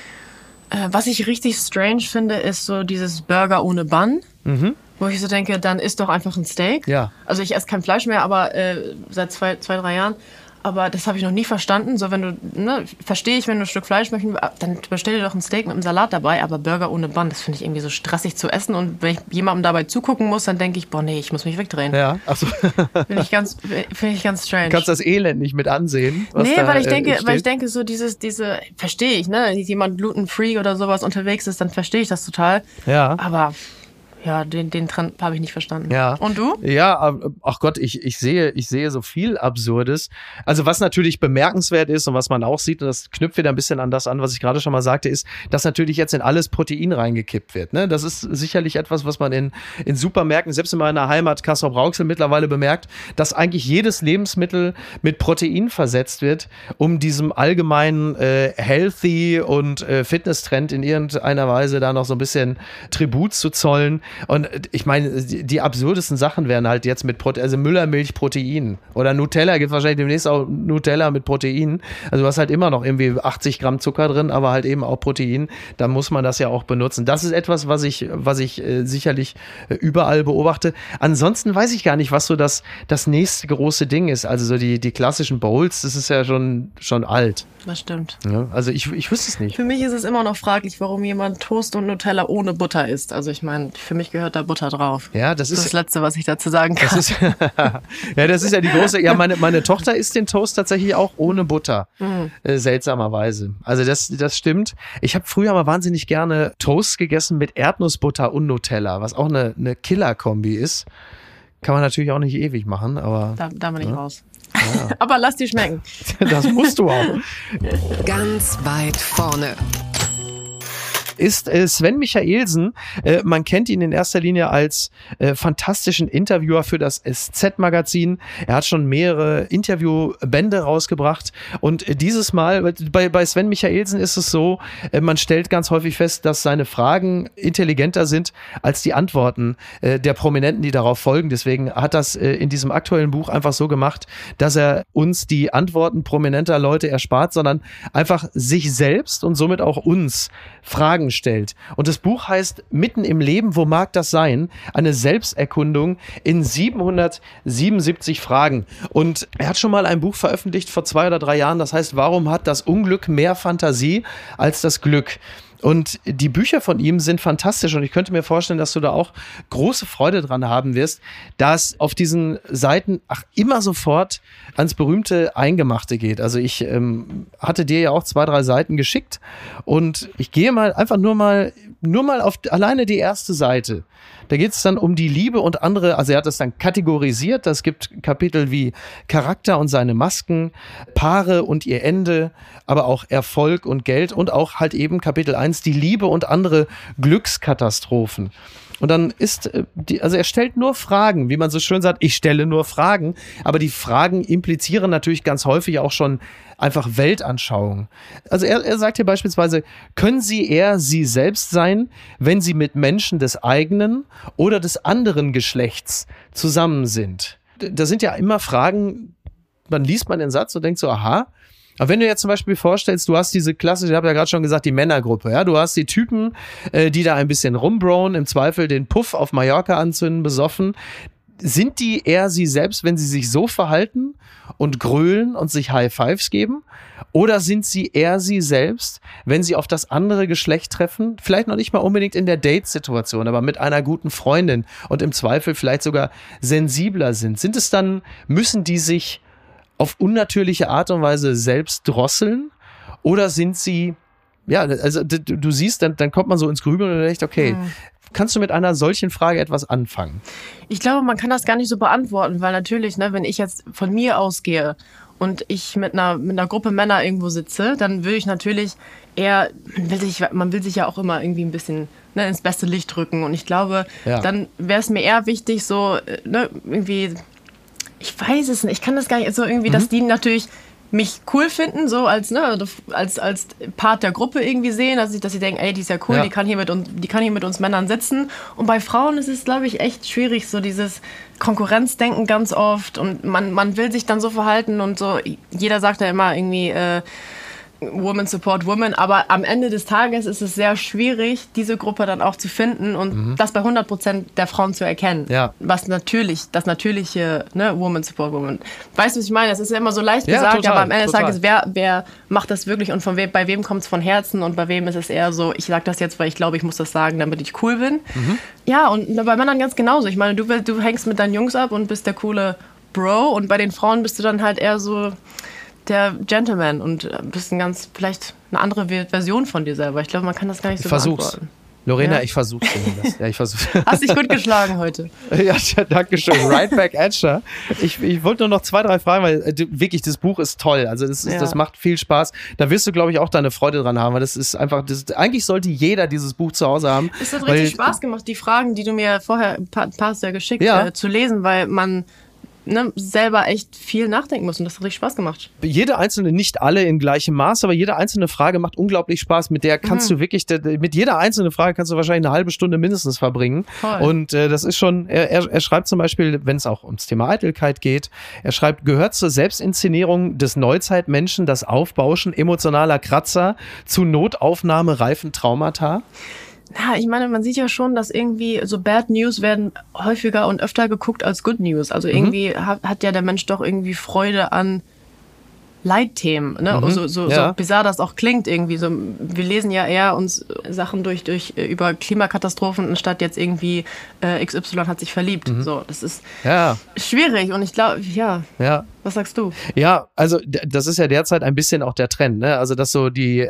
Was ich richtig strange finde, ist so dieses Burger ohne Bun. Mhm. Wo ich so denke, dann isst doch einfach ein Steak. Ja. Also ich esse kein Fleisch mehr, aber seit 2-3 Jahren. Aber das habe ich noch nie verstanden. So, wenn du, verstehe ich, wenn du ein Stück Fleisch möchtest, dann bestell dir doch ein Steak mit einem Salat dabei. Aber Burger ohne Bun, das finde ich irgendwie so stressig zu essen. Und wenn ich jemandem dabei zugucken muss, dann denke ich, boah, nee, ich muss mich wegdrehen. Ja, ach so. Finde ich ganz strange. Du kannst das Elend nicht mit ansehen. Nee, weil ich denke, so verstehe ich, ne? Wenn jemand gluten-free oder sowas unterwegs ist, dann verstehe ich das total. Ja. Aber ja, den Trend habe ich nicht verstanden. Ja. Und du? Ja, ach Gott, ich sehe so viel Absurdes. Also was natürlich bemerkenswert ist und was man auch sieht, und das knüpft wieder ein bisschen an das an, was ich gerade schon mal sagte, ist, dass natürlich jetzt in alles Protein reingekippt wird. Ne? Das ist sicherlich etwas, was man in Supermärkten, selbst in meiner Heimat Kassel-Brauxel mittlerweile bemerkt, dass eigentlich jedes Lebensmittel mit Protein versetzt wird, um diesem allgemeinen Healthy und Fitness-Trend in irgendeiner Weise da noch so ein bisschen Tribut zu zollen. Und ich meine, die absurdesten Sachen werden halt jetzt mit Müllermilch Protein oder Nutella, gibt wahrscheinlich demnächst auch Nutella mit Protein. Also du hast halt immer noch irgendwie 80 Gramm Zucker drin, aber halt eben auch Protein. Da muss man das ja auch benutzen. Das ist etwas, was ich sicherlich überall beobachte. Ansonsten weiß ich gar nicht, was so das nächste große Ding ist. Also so die klassischen Bowls, das ist ja schon alt. Das stimmt. Ja, also ich wüsste es nicht. Für mich ist es immer noch fraglich, warum jemand Toast und Nutella ohne Butter isst. Also ich meine, für mich gehört da Butter drauf. Ja, das ist das Letzte, was ich dazu sagen kann. Das ist ja die große. Ja, meine Tochter isst den Toast tatsächlich auch ohne Butter. Seltsamerweise. Also das stimmt. Ich habe früher mal wahnsinnig gerne Toast gegessen mit Erdnussbutter und Nutella, was auch eine Killer-Kombi ist. Kann man natürlich auch nicht ewig machen, aber. Da bin ich raus. Ja. Aber lass dir schmecken. Das musst du auch. Ganz weit vorne. ist Sven Michaelsen. Man kennt ihn in erster Linie als fantastischen Interviewer für das SZ-Magazin. Er hat schon mehrere Interviewbände rausgebracht und dieses Mal, bei Sven Michaelsen ist es so, man stellt ganz häufig fest, dass seine Fragen intelligenter sind als die Antworten der Prominenten, die darauf folgen. Deswegen hat das in diesem aktuellen Buch einfach so gemacht, dass er uns die Antworten prominenter Leute erspart, sondern einfach sich selbst und somit auch uns Fragen stellt. Und das Buch heißt Mitten im Leben, wo mag das sein? Eine Selbsterkundung in 777 Fragen. Und er hat schon mal ein Buch veröffentlicht vor 2 oder 3 Jahren, das heißt, warum hat das Unglück mehr Fantasie als das Glück? Und die Bücher von ihm sind fantastisch und ich könnte mir vorstellen, dass du da auch große Freude dran haben wirst, dass auf diesen Seiten immer sofort ans berühmte Eingemachte geht. Also ich hatte dir ja auch 2, 3 Seiten geschickt und ich gehe mal einfach nur mal auf alleine die erste Seite. Da geht es dann um die Liebe und andere, also er hat es dann kategorisiert, es gibt Kapitel wie Charakter und seine Masken, Paare und ihr Ende, aber auch Erfolg und Geld und auch halt eben Kapitel 1, die Liebe und andere Glückskatastrophen. Und dann also er stellt nur Fragen, wie man so schön sagt, ich stelle nur Fragen, aber die Fragen implizieren natürlich ganz häufig auch schon einfach Weltanschauung. Also er sagt hier beispielsweise, können Sie eher Sie selbst sein, wenn Sie mit Menschen des eigenen oder des anderen Geschlechts zusammen sind? Da sind ja immer Fragen, man liest den Satz und denkt so, aha. Aber wenn du jetzt zum Beispiel vorstellst, du hast diese klassische, ich habe ja gerade schon gesagt, die Männergruppe, ja, du hast die Typen, die da ein bisschen rumbrowen, im Zweifel den Puff auf Mallorca anzünden, besoffen. Sind die eher sie selbst, wenn sie sich so verhalten und grölen und sich High Fives geben? Oder sind sie eher sie selbst, wenn sie auf das andere Geschlecht treffen? Vielleicht noch nicht mal unbedingt in der Date-Situation, aber mit einer guten Freundin und im Zweifel vielleicht sogar sensibler sind. Müssen die sich auf unnatürliche Art und Weise selbst drosseln? Oder sind sie, ja, also du siehst, dann kommt man so ins Grübeln und denkt, okay, kannst du mit einer solchen Frage etwas anfangen? Ich glaube, man kann das gar nicht so beantworten, weil natürlich, wenn ich jetzt von mir ausgehe und ich mit einer Gruppe Männer irgendwo sitze, dann würde ich natürlich eher, man will sich ja auch immer irgendwie ein bisschen ins beste Licht rücken. Und ich glaube, dann wäre es mir eher wichtig, so irgendwie, ich weiß es nicht, ich kann das gar nicht so irgendwie, dass die natürlich mich cool finden, so als Part der Gruppe irgendwie sehen, dass sie denken, ey, die ist ja cool, die kann hier mit uns Männern sitzen. Und bei Frauen ist es, glaube ich, echt schwierig, so dieses Konkurrenzdenken ganz oft und man will sich dann so verhalten und so, jeder sagt ja immer irgendwie, Women support Women, aber am Ende des Tages ist es sehr schwierig, diese Gruppe dann auch zu finden und das bei 100% der Frauen zu erkennen. Ja. Das natürliche, Women support Women. Weißt du, was ich meine? Das ist ja immer so leicht gesagt, total, aber am Ende des Tages, wer macht das wirklich und bei wem kommt es von Herzen und bei wem ist es eher so, ich sage das jetzt, weil ich glaube, ich muss das sagen, damit ich cool bin. Ja, und bei Männern ganz genauso. Ich meine, du hängst mit deinen Jungs ab und bist der coole Bro und bei den Frauen bist du dann halt eher so der Gentleman und bist vielleicht eine andere Version von dir selber. Ich glaube, man kann das gar nicht so beantworten. Lorena, ich versuch's zumindest. Ja, ich versuch's. Hast dich gut geschlagen heute. Ja, danke schön. Right back at ya. Ich wollte nur noch 2, 3 Fragen, weil wirklich, das Buch ist toll. Also das macht viel Spaß. Da wirst du, glaube ich, auch deine Freude dran haben, weil das ist einfach, eigentlich sollte jeder dieses Buch zu Hause haben. Es hat richtig Spaß gemacht, die Fragen, die du mir vorher ein paar hast ja geschickt, zu lesen, weil man selber echt viel nachdenken muss und das hat richtig Spaß gemacht. Jede einzelne, nicht alle in gleichem Maß, aber jede einzelne Frage macht unglaublich Spaß. Mit der kannst du wirklich, mit jeder einzelnen Frage kannst du wahrscheinlich eine halbe Stunde mindestens verbringen. Toll. Und das ist schon, er schreibt zum Beispiel, wenn es auch ums Thema Eitelkeit geht, er schreibt, gehört zur Selbstinszenierung des Neuzeitmenschen das Aufbauschen emotionaler Kratzer zu Notaufnahme reifen Traumata? Ja, ich meine, man sieht ja schon, dass irgendwie so Bad News werden häufiger und öfter geguckt als Good News. Also irgendwie hat ja der Mensch doch irgendwie Freude an Leitthemen, so bizarr das auch klingt irgendwie. So, wir lesen ja eher uns Sachen über Klimakatastrophen, anstatt jetzt irgendwie XY hat sich verliebt. So, das ist schwierig und ich glaube, was sagst du? Ja, also das ist ja derzeit ein bisschen auch der Trend, ne? Also dass so die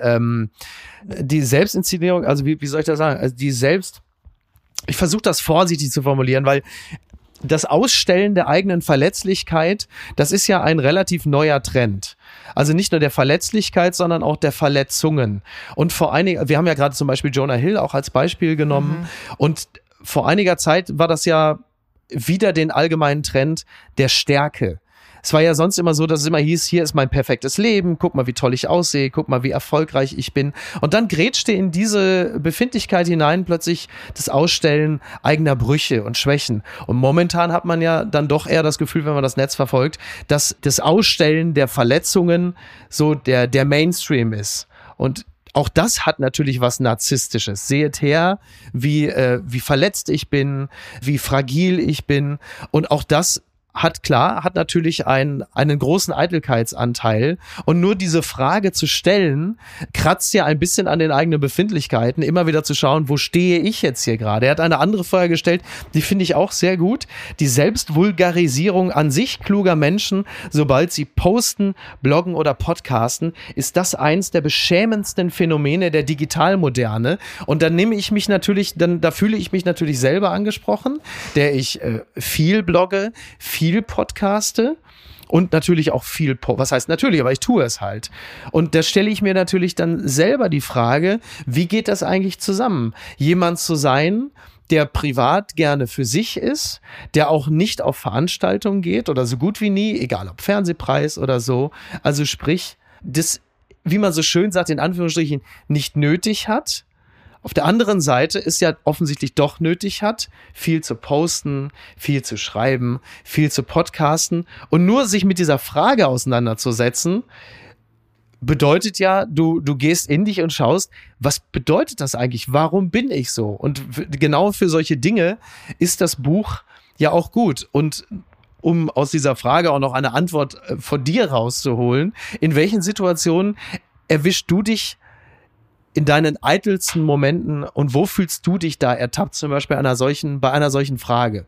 Selbstinszenierung, also wie soll ich das sagen? Also ich versuche das vorsichtig zu formulieren, weil das Ausstellen der eigenen Verletzlichkeit, das ist ja ein relativ neuer Trend. Also nicht nur der Verletzlichkeit, sondern auch der Verletzungen. Und wir haben ja gerade zum Beispiel Jonah Hill auch als Beispiel genommen. Und vor einiger Zeit war das ja wieder den allgemeinen Trend der Stärke. Es war ja sonst immer so, dass es immer hieß, hier ist mein perfektes Leben, guck mal, wie toll ich aussehe, guck mal, wie erfolgreich ich bin. Und dann grätschte in diese Befindlichkeit hinein plötzlich das Ausstellen eigener Brüche und Schwächen. Und momentan hat man ja dann doch eher das Gefühl, wenn man das Netz verfolgt, dass das Ausstellen der Verletzungen so der Mainstream ist. Und auch das hat natürlich was Narzisstisches. Seht her, wie verletzt ich bin, wie fragil ich bin. Und auch das hat natürlich einen großen Eitelkeitsanteil. Und nur diese Frage zu stellen, kratzt ja ein bisschen an den eigenen Befindlichkeiten, immer wieder zu schauen, wo stehe ich jetzt hier gerade? Er hat eine andere Frage gestellt, die finde ich auch sehr gut. Die Selbstvulgarisierung an sich kluger Menschen, sobald sie posten, bloggen oder podcasten, ist das eins der beschämendsten Phänomene der Digitalmoderne. Und dann da fühle ich mich natürlich selber angesprochen, der ich viel blogge, viel podcaste und natürlich auch was heißt natürlich, aber ich tue es halt. Und da stelle ich mir natürlich dann selber die Frage, wie geht das eigentlich zusammen? Jemand zu sein, der privat gerne für sich ist, der auch nicht auf Veranstaltungen geht oder so gut wie nie, egal ob Fernsehpreis oder so, also sprich, das, wie man so schön sagt, in Anführungsstrichen, nicht nötig hat. Auf der anderen Seite ist ja offensichtlich doch nötig hat, viel zu posten, viel zu schreiben, viel zu podcasten und nur sich mit dieser Frage auseinanderzusetzen, bedeutet ja, du gehst in dich und schaust, was bedeutet das eigentlich? Warum bin ich so? Und genau für solche Dinge ist das Buch ja auch gut. Und um aus dieser Frage auch noch eine Antwort von dir rauszuholen, in welchen Situationen erwischst du dich in deinen eitelsten Momenten und wo fühlst du dich da ertappt, zum Beispiel bei einer solchen Frage?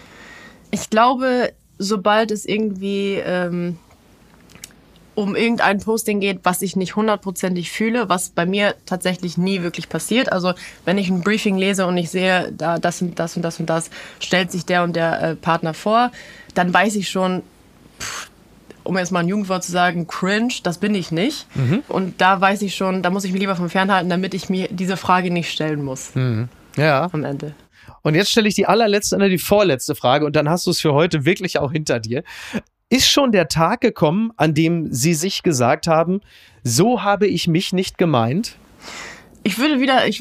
Ich glaube, sobald es irgendwie um irgendein Posting geht, was ich nicht 100%ig fühle, was bei mir tatsächlich nie wirklich passiert. Also wenn ich ein Briefing lese und ich sehe, da das und das und das und das, stellt sich der und der Partner vor, dann weiß ich schon, um jetzt mal ein Jugendwort zu sagen, cringe, das bin ich nicht. Und da weiß ich schon, da muss ich mich lieber vom Fernhalten, damit ich mir diese Frage nicht stellen muss. Ja. Am Ende. Und jetzt stelle ich die vorletzte Frage und dann hast du es für heute wirklich auch hinter dir. Ist schon der Tag gekommen, an dem Sie sich gesagt haben, so habe ich mich nicht gemeint? Ich würde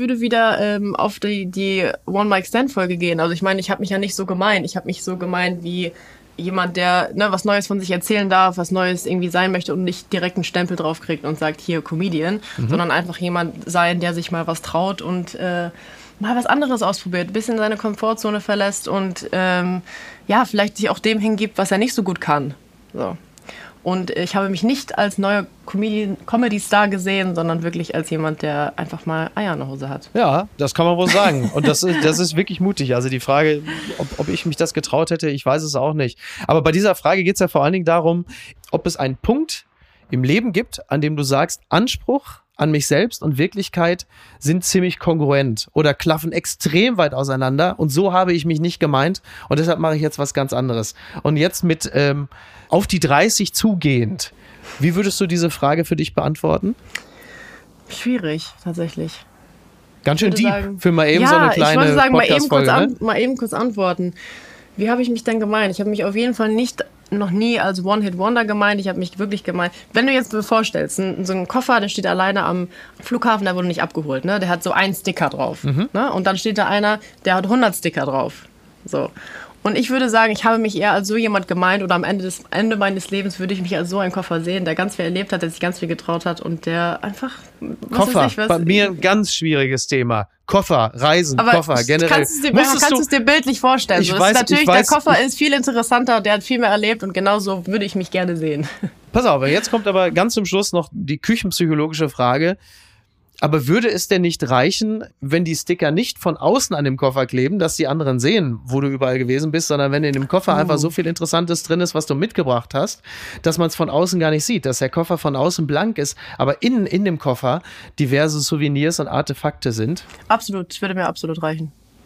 wieder auf die One Mic Stand Folge gehen. Also ich meine, ich habe mich ja nicht so gemeint. Ich habe mich so gemeint wie jemand, der was Neues von sich erzählen darf, was Neues irgendwie sein möchte und nicht direkt einen Stempel drauf kriegt und sagt, hier, Comedian, sondern einfach jemand sein, der sich mal was traut und mal was anderes ausprobiert, ein bisschen seine Komfortzone verlässt und vielleicht sich auch dem hingibt, was er nicht so gut kann. So. Und ich habe mich nicht als neuer Comedy-Star gesehen, sondern wirklich als jemand, der einfach mal Eier in der Hose hat. Ja, das kann man wohl sagen. Und das ist wirklich mutig. Also die Frage, ob ich mich das getraut hätte, ich weiß es auch nicht. Aber bei dieser Frage geht es ja vor allen Dingen darum, ob es einen Punkt im Leben gibt, an dem du sagst, Anspruch an mich selbst und Wirklichkeit sind ziemlich kongruent oder klaffen extrem weit auseinander und so habe ich mich nicht gemeint und deshalb mache ich jetzt was ganz anderes. Und jetzt mit auf die 30 zugehend, wie würdest du diese Frage für dich beantworten? Schwierig, tatsächlich. Ganz schön deep für mal eben so eine kleine Podcast-Folge. Mal eben kurz antworten. Wie habe ich mich denn gemeint? Ich habe mich auf jeden Fall noch nie als One-Hit-Wonder gemeint. Ich habe mich wirklich gemeint. Wenn du jetzt dir vorstellst, so ein Koffer, der steht alleine am Flughafen, der wurde nicht abgeholt. Ne? Der hat so einen Sticker drauf. Ne? Und dann steht da einer, der hat 100 Sticker drauf. So. Und ich würde sagen, ich habe mich eher als so jemand gemeint oder am Ende meines Lebens würde ich mich als so einen Koffer sehen, der ganz viel erlebt hat, der sich ganz viel getraut hat und der einfach... Bei mir ein ganz schwieriges Thema. Koffer, Reisen, aber Koffer, generell. Kannst du es dir bildlich vorstellen? Der Koffer ist viel interessanter, der hat viel mehr erlebt und genauso würde ich mich gerne sehen. Pass auf, jetzt kommt aber ganz zum Schluss noch die küchenpsychologische Frage. Aber würde es denn nicht reichen, wenn die Sticker nicht von außen an dem Koffer kleben, dass die anderen sehen, wo du überall gewesen bist, sondern wenn in dem Koffer einfach so viel Interessantes drin ist, was du mitgebracht hast, dass man es von außen gar nicht sieht, dass der Koffer von außen blank ist, aber innen in dem Koffer diverse Souvenirs und Artefakte sind? Absolut, das würde mir absolut reichen.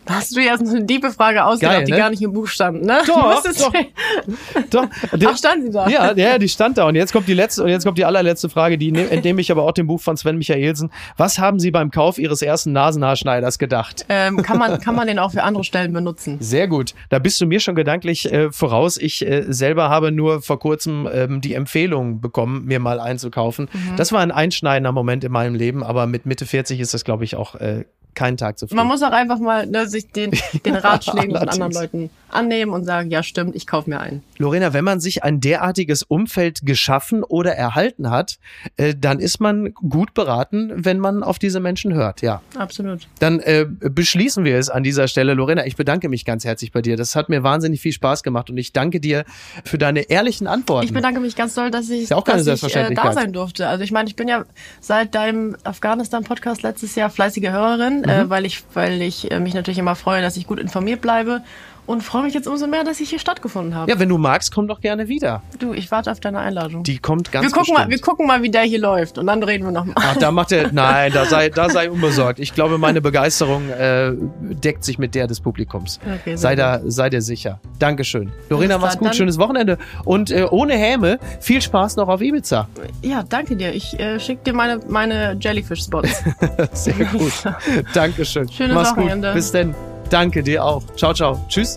Hast du jetzt eine tiefe Frage ausgedacht, Geil, die ne? gar nicht im Buch stand, ne? Doch. Ach, stand sie da? Ja, die stand da. Und jetzt kommt die allerletzte Frage, die entnehme ich aber auch dem Buch von Sven Michaelsen. Was haben Sie beim Kauf Ihres ersten Nasenhaarschneiders gedacht? Kann man den auch für andere Stellen benutzen? Sehr gut. Da bist du mir schon gedanklich voraus. Ich selber habe nur vor kurzem die Empfehlung bekommen, mir mal einzukaufen. Das war ein einschneidender Moment in meinem Leben, aber mit Mitte 40 ist das, glaube ich, auch keinen Tag zu früh. Man muss auch einfach mal sich den Ratschlägen von anderen Leuten annehmen und sagen, ja stimmt, ich kaufe mir einen. Lorena, wenn man sich ein derartiges Umfeld geschaffen oder erhalten hat, dann ist man gut beraten, wenn man auf diese Menschen hört, ja. Absolut. Dann beschließen wir es an dieser Stelle. Lorena, ich bedanke mich ganz herzlich bei dir. Das hat mir wahnsinnig viel Spaß gemacht und ich danke dir für deine ehrlichen Antworten. Ich bedanke mich ganz doll, dass ich, ja auch keine Selbstverständlichkeit. Da sein durfte. Also ich meine, ich bin ja seit deinem Afghanistan-Podcast letztes Jahr fleißige Hörerin, weil ich mich natürlich immer freue, dass ich gut informiert bleibe. Und freue mich jetzt umso mehr, dass ich hier stattgefunden habe. Ja, wenn du magst, komm doch gerne wieder. Du, ich warte auf deine Einladung. Die kommt ganz bestimmt. Wir gucken mal, wie der hier läuft und dann reden wir nochmal. Ach, nein, da sei unbesorgt. Ich glaube, meine Begeisterung deckt sich mit der des Publikums. Okay, sei dir sicher. Dankeschön. Lorena, mach's gut, schönes Wochenende. Und ohne Häme, viel Spaß noch auf Ibiza. Ja, danke dir. Ich schicke dir meine Jellyfish-Spots. Sehr gut. Dankeschön. Schönes Mach's Wochenende. Gut. Bis denn. Danke dir auch. Ciao, ciao. Tschüss.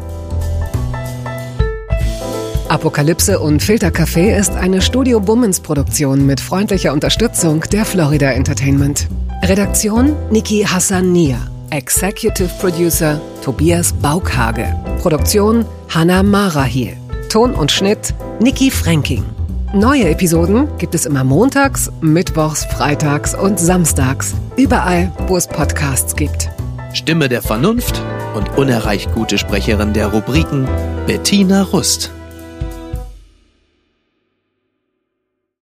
Apokalypse und Filtercafé ist eine Studio Bummens Produktion mit freundlicher Unterstützung der Florida Entertainment. Redaktion Niki Hassania. Executive Producer Tobias Baukhage. Produktion Hannah Marahiel. Ton und Schnitt Niki Fränking. Neue Episoden gibt es immer montags, mittwochs, freitags und samstags. Überall, wo es Podcasts gibt. Stimme der Vernunft und unerreicht gute Sprecherin der Rubriken Bettina Rust.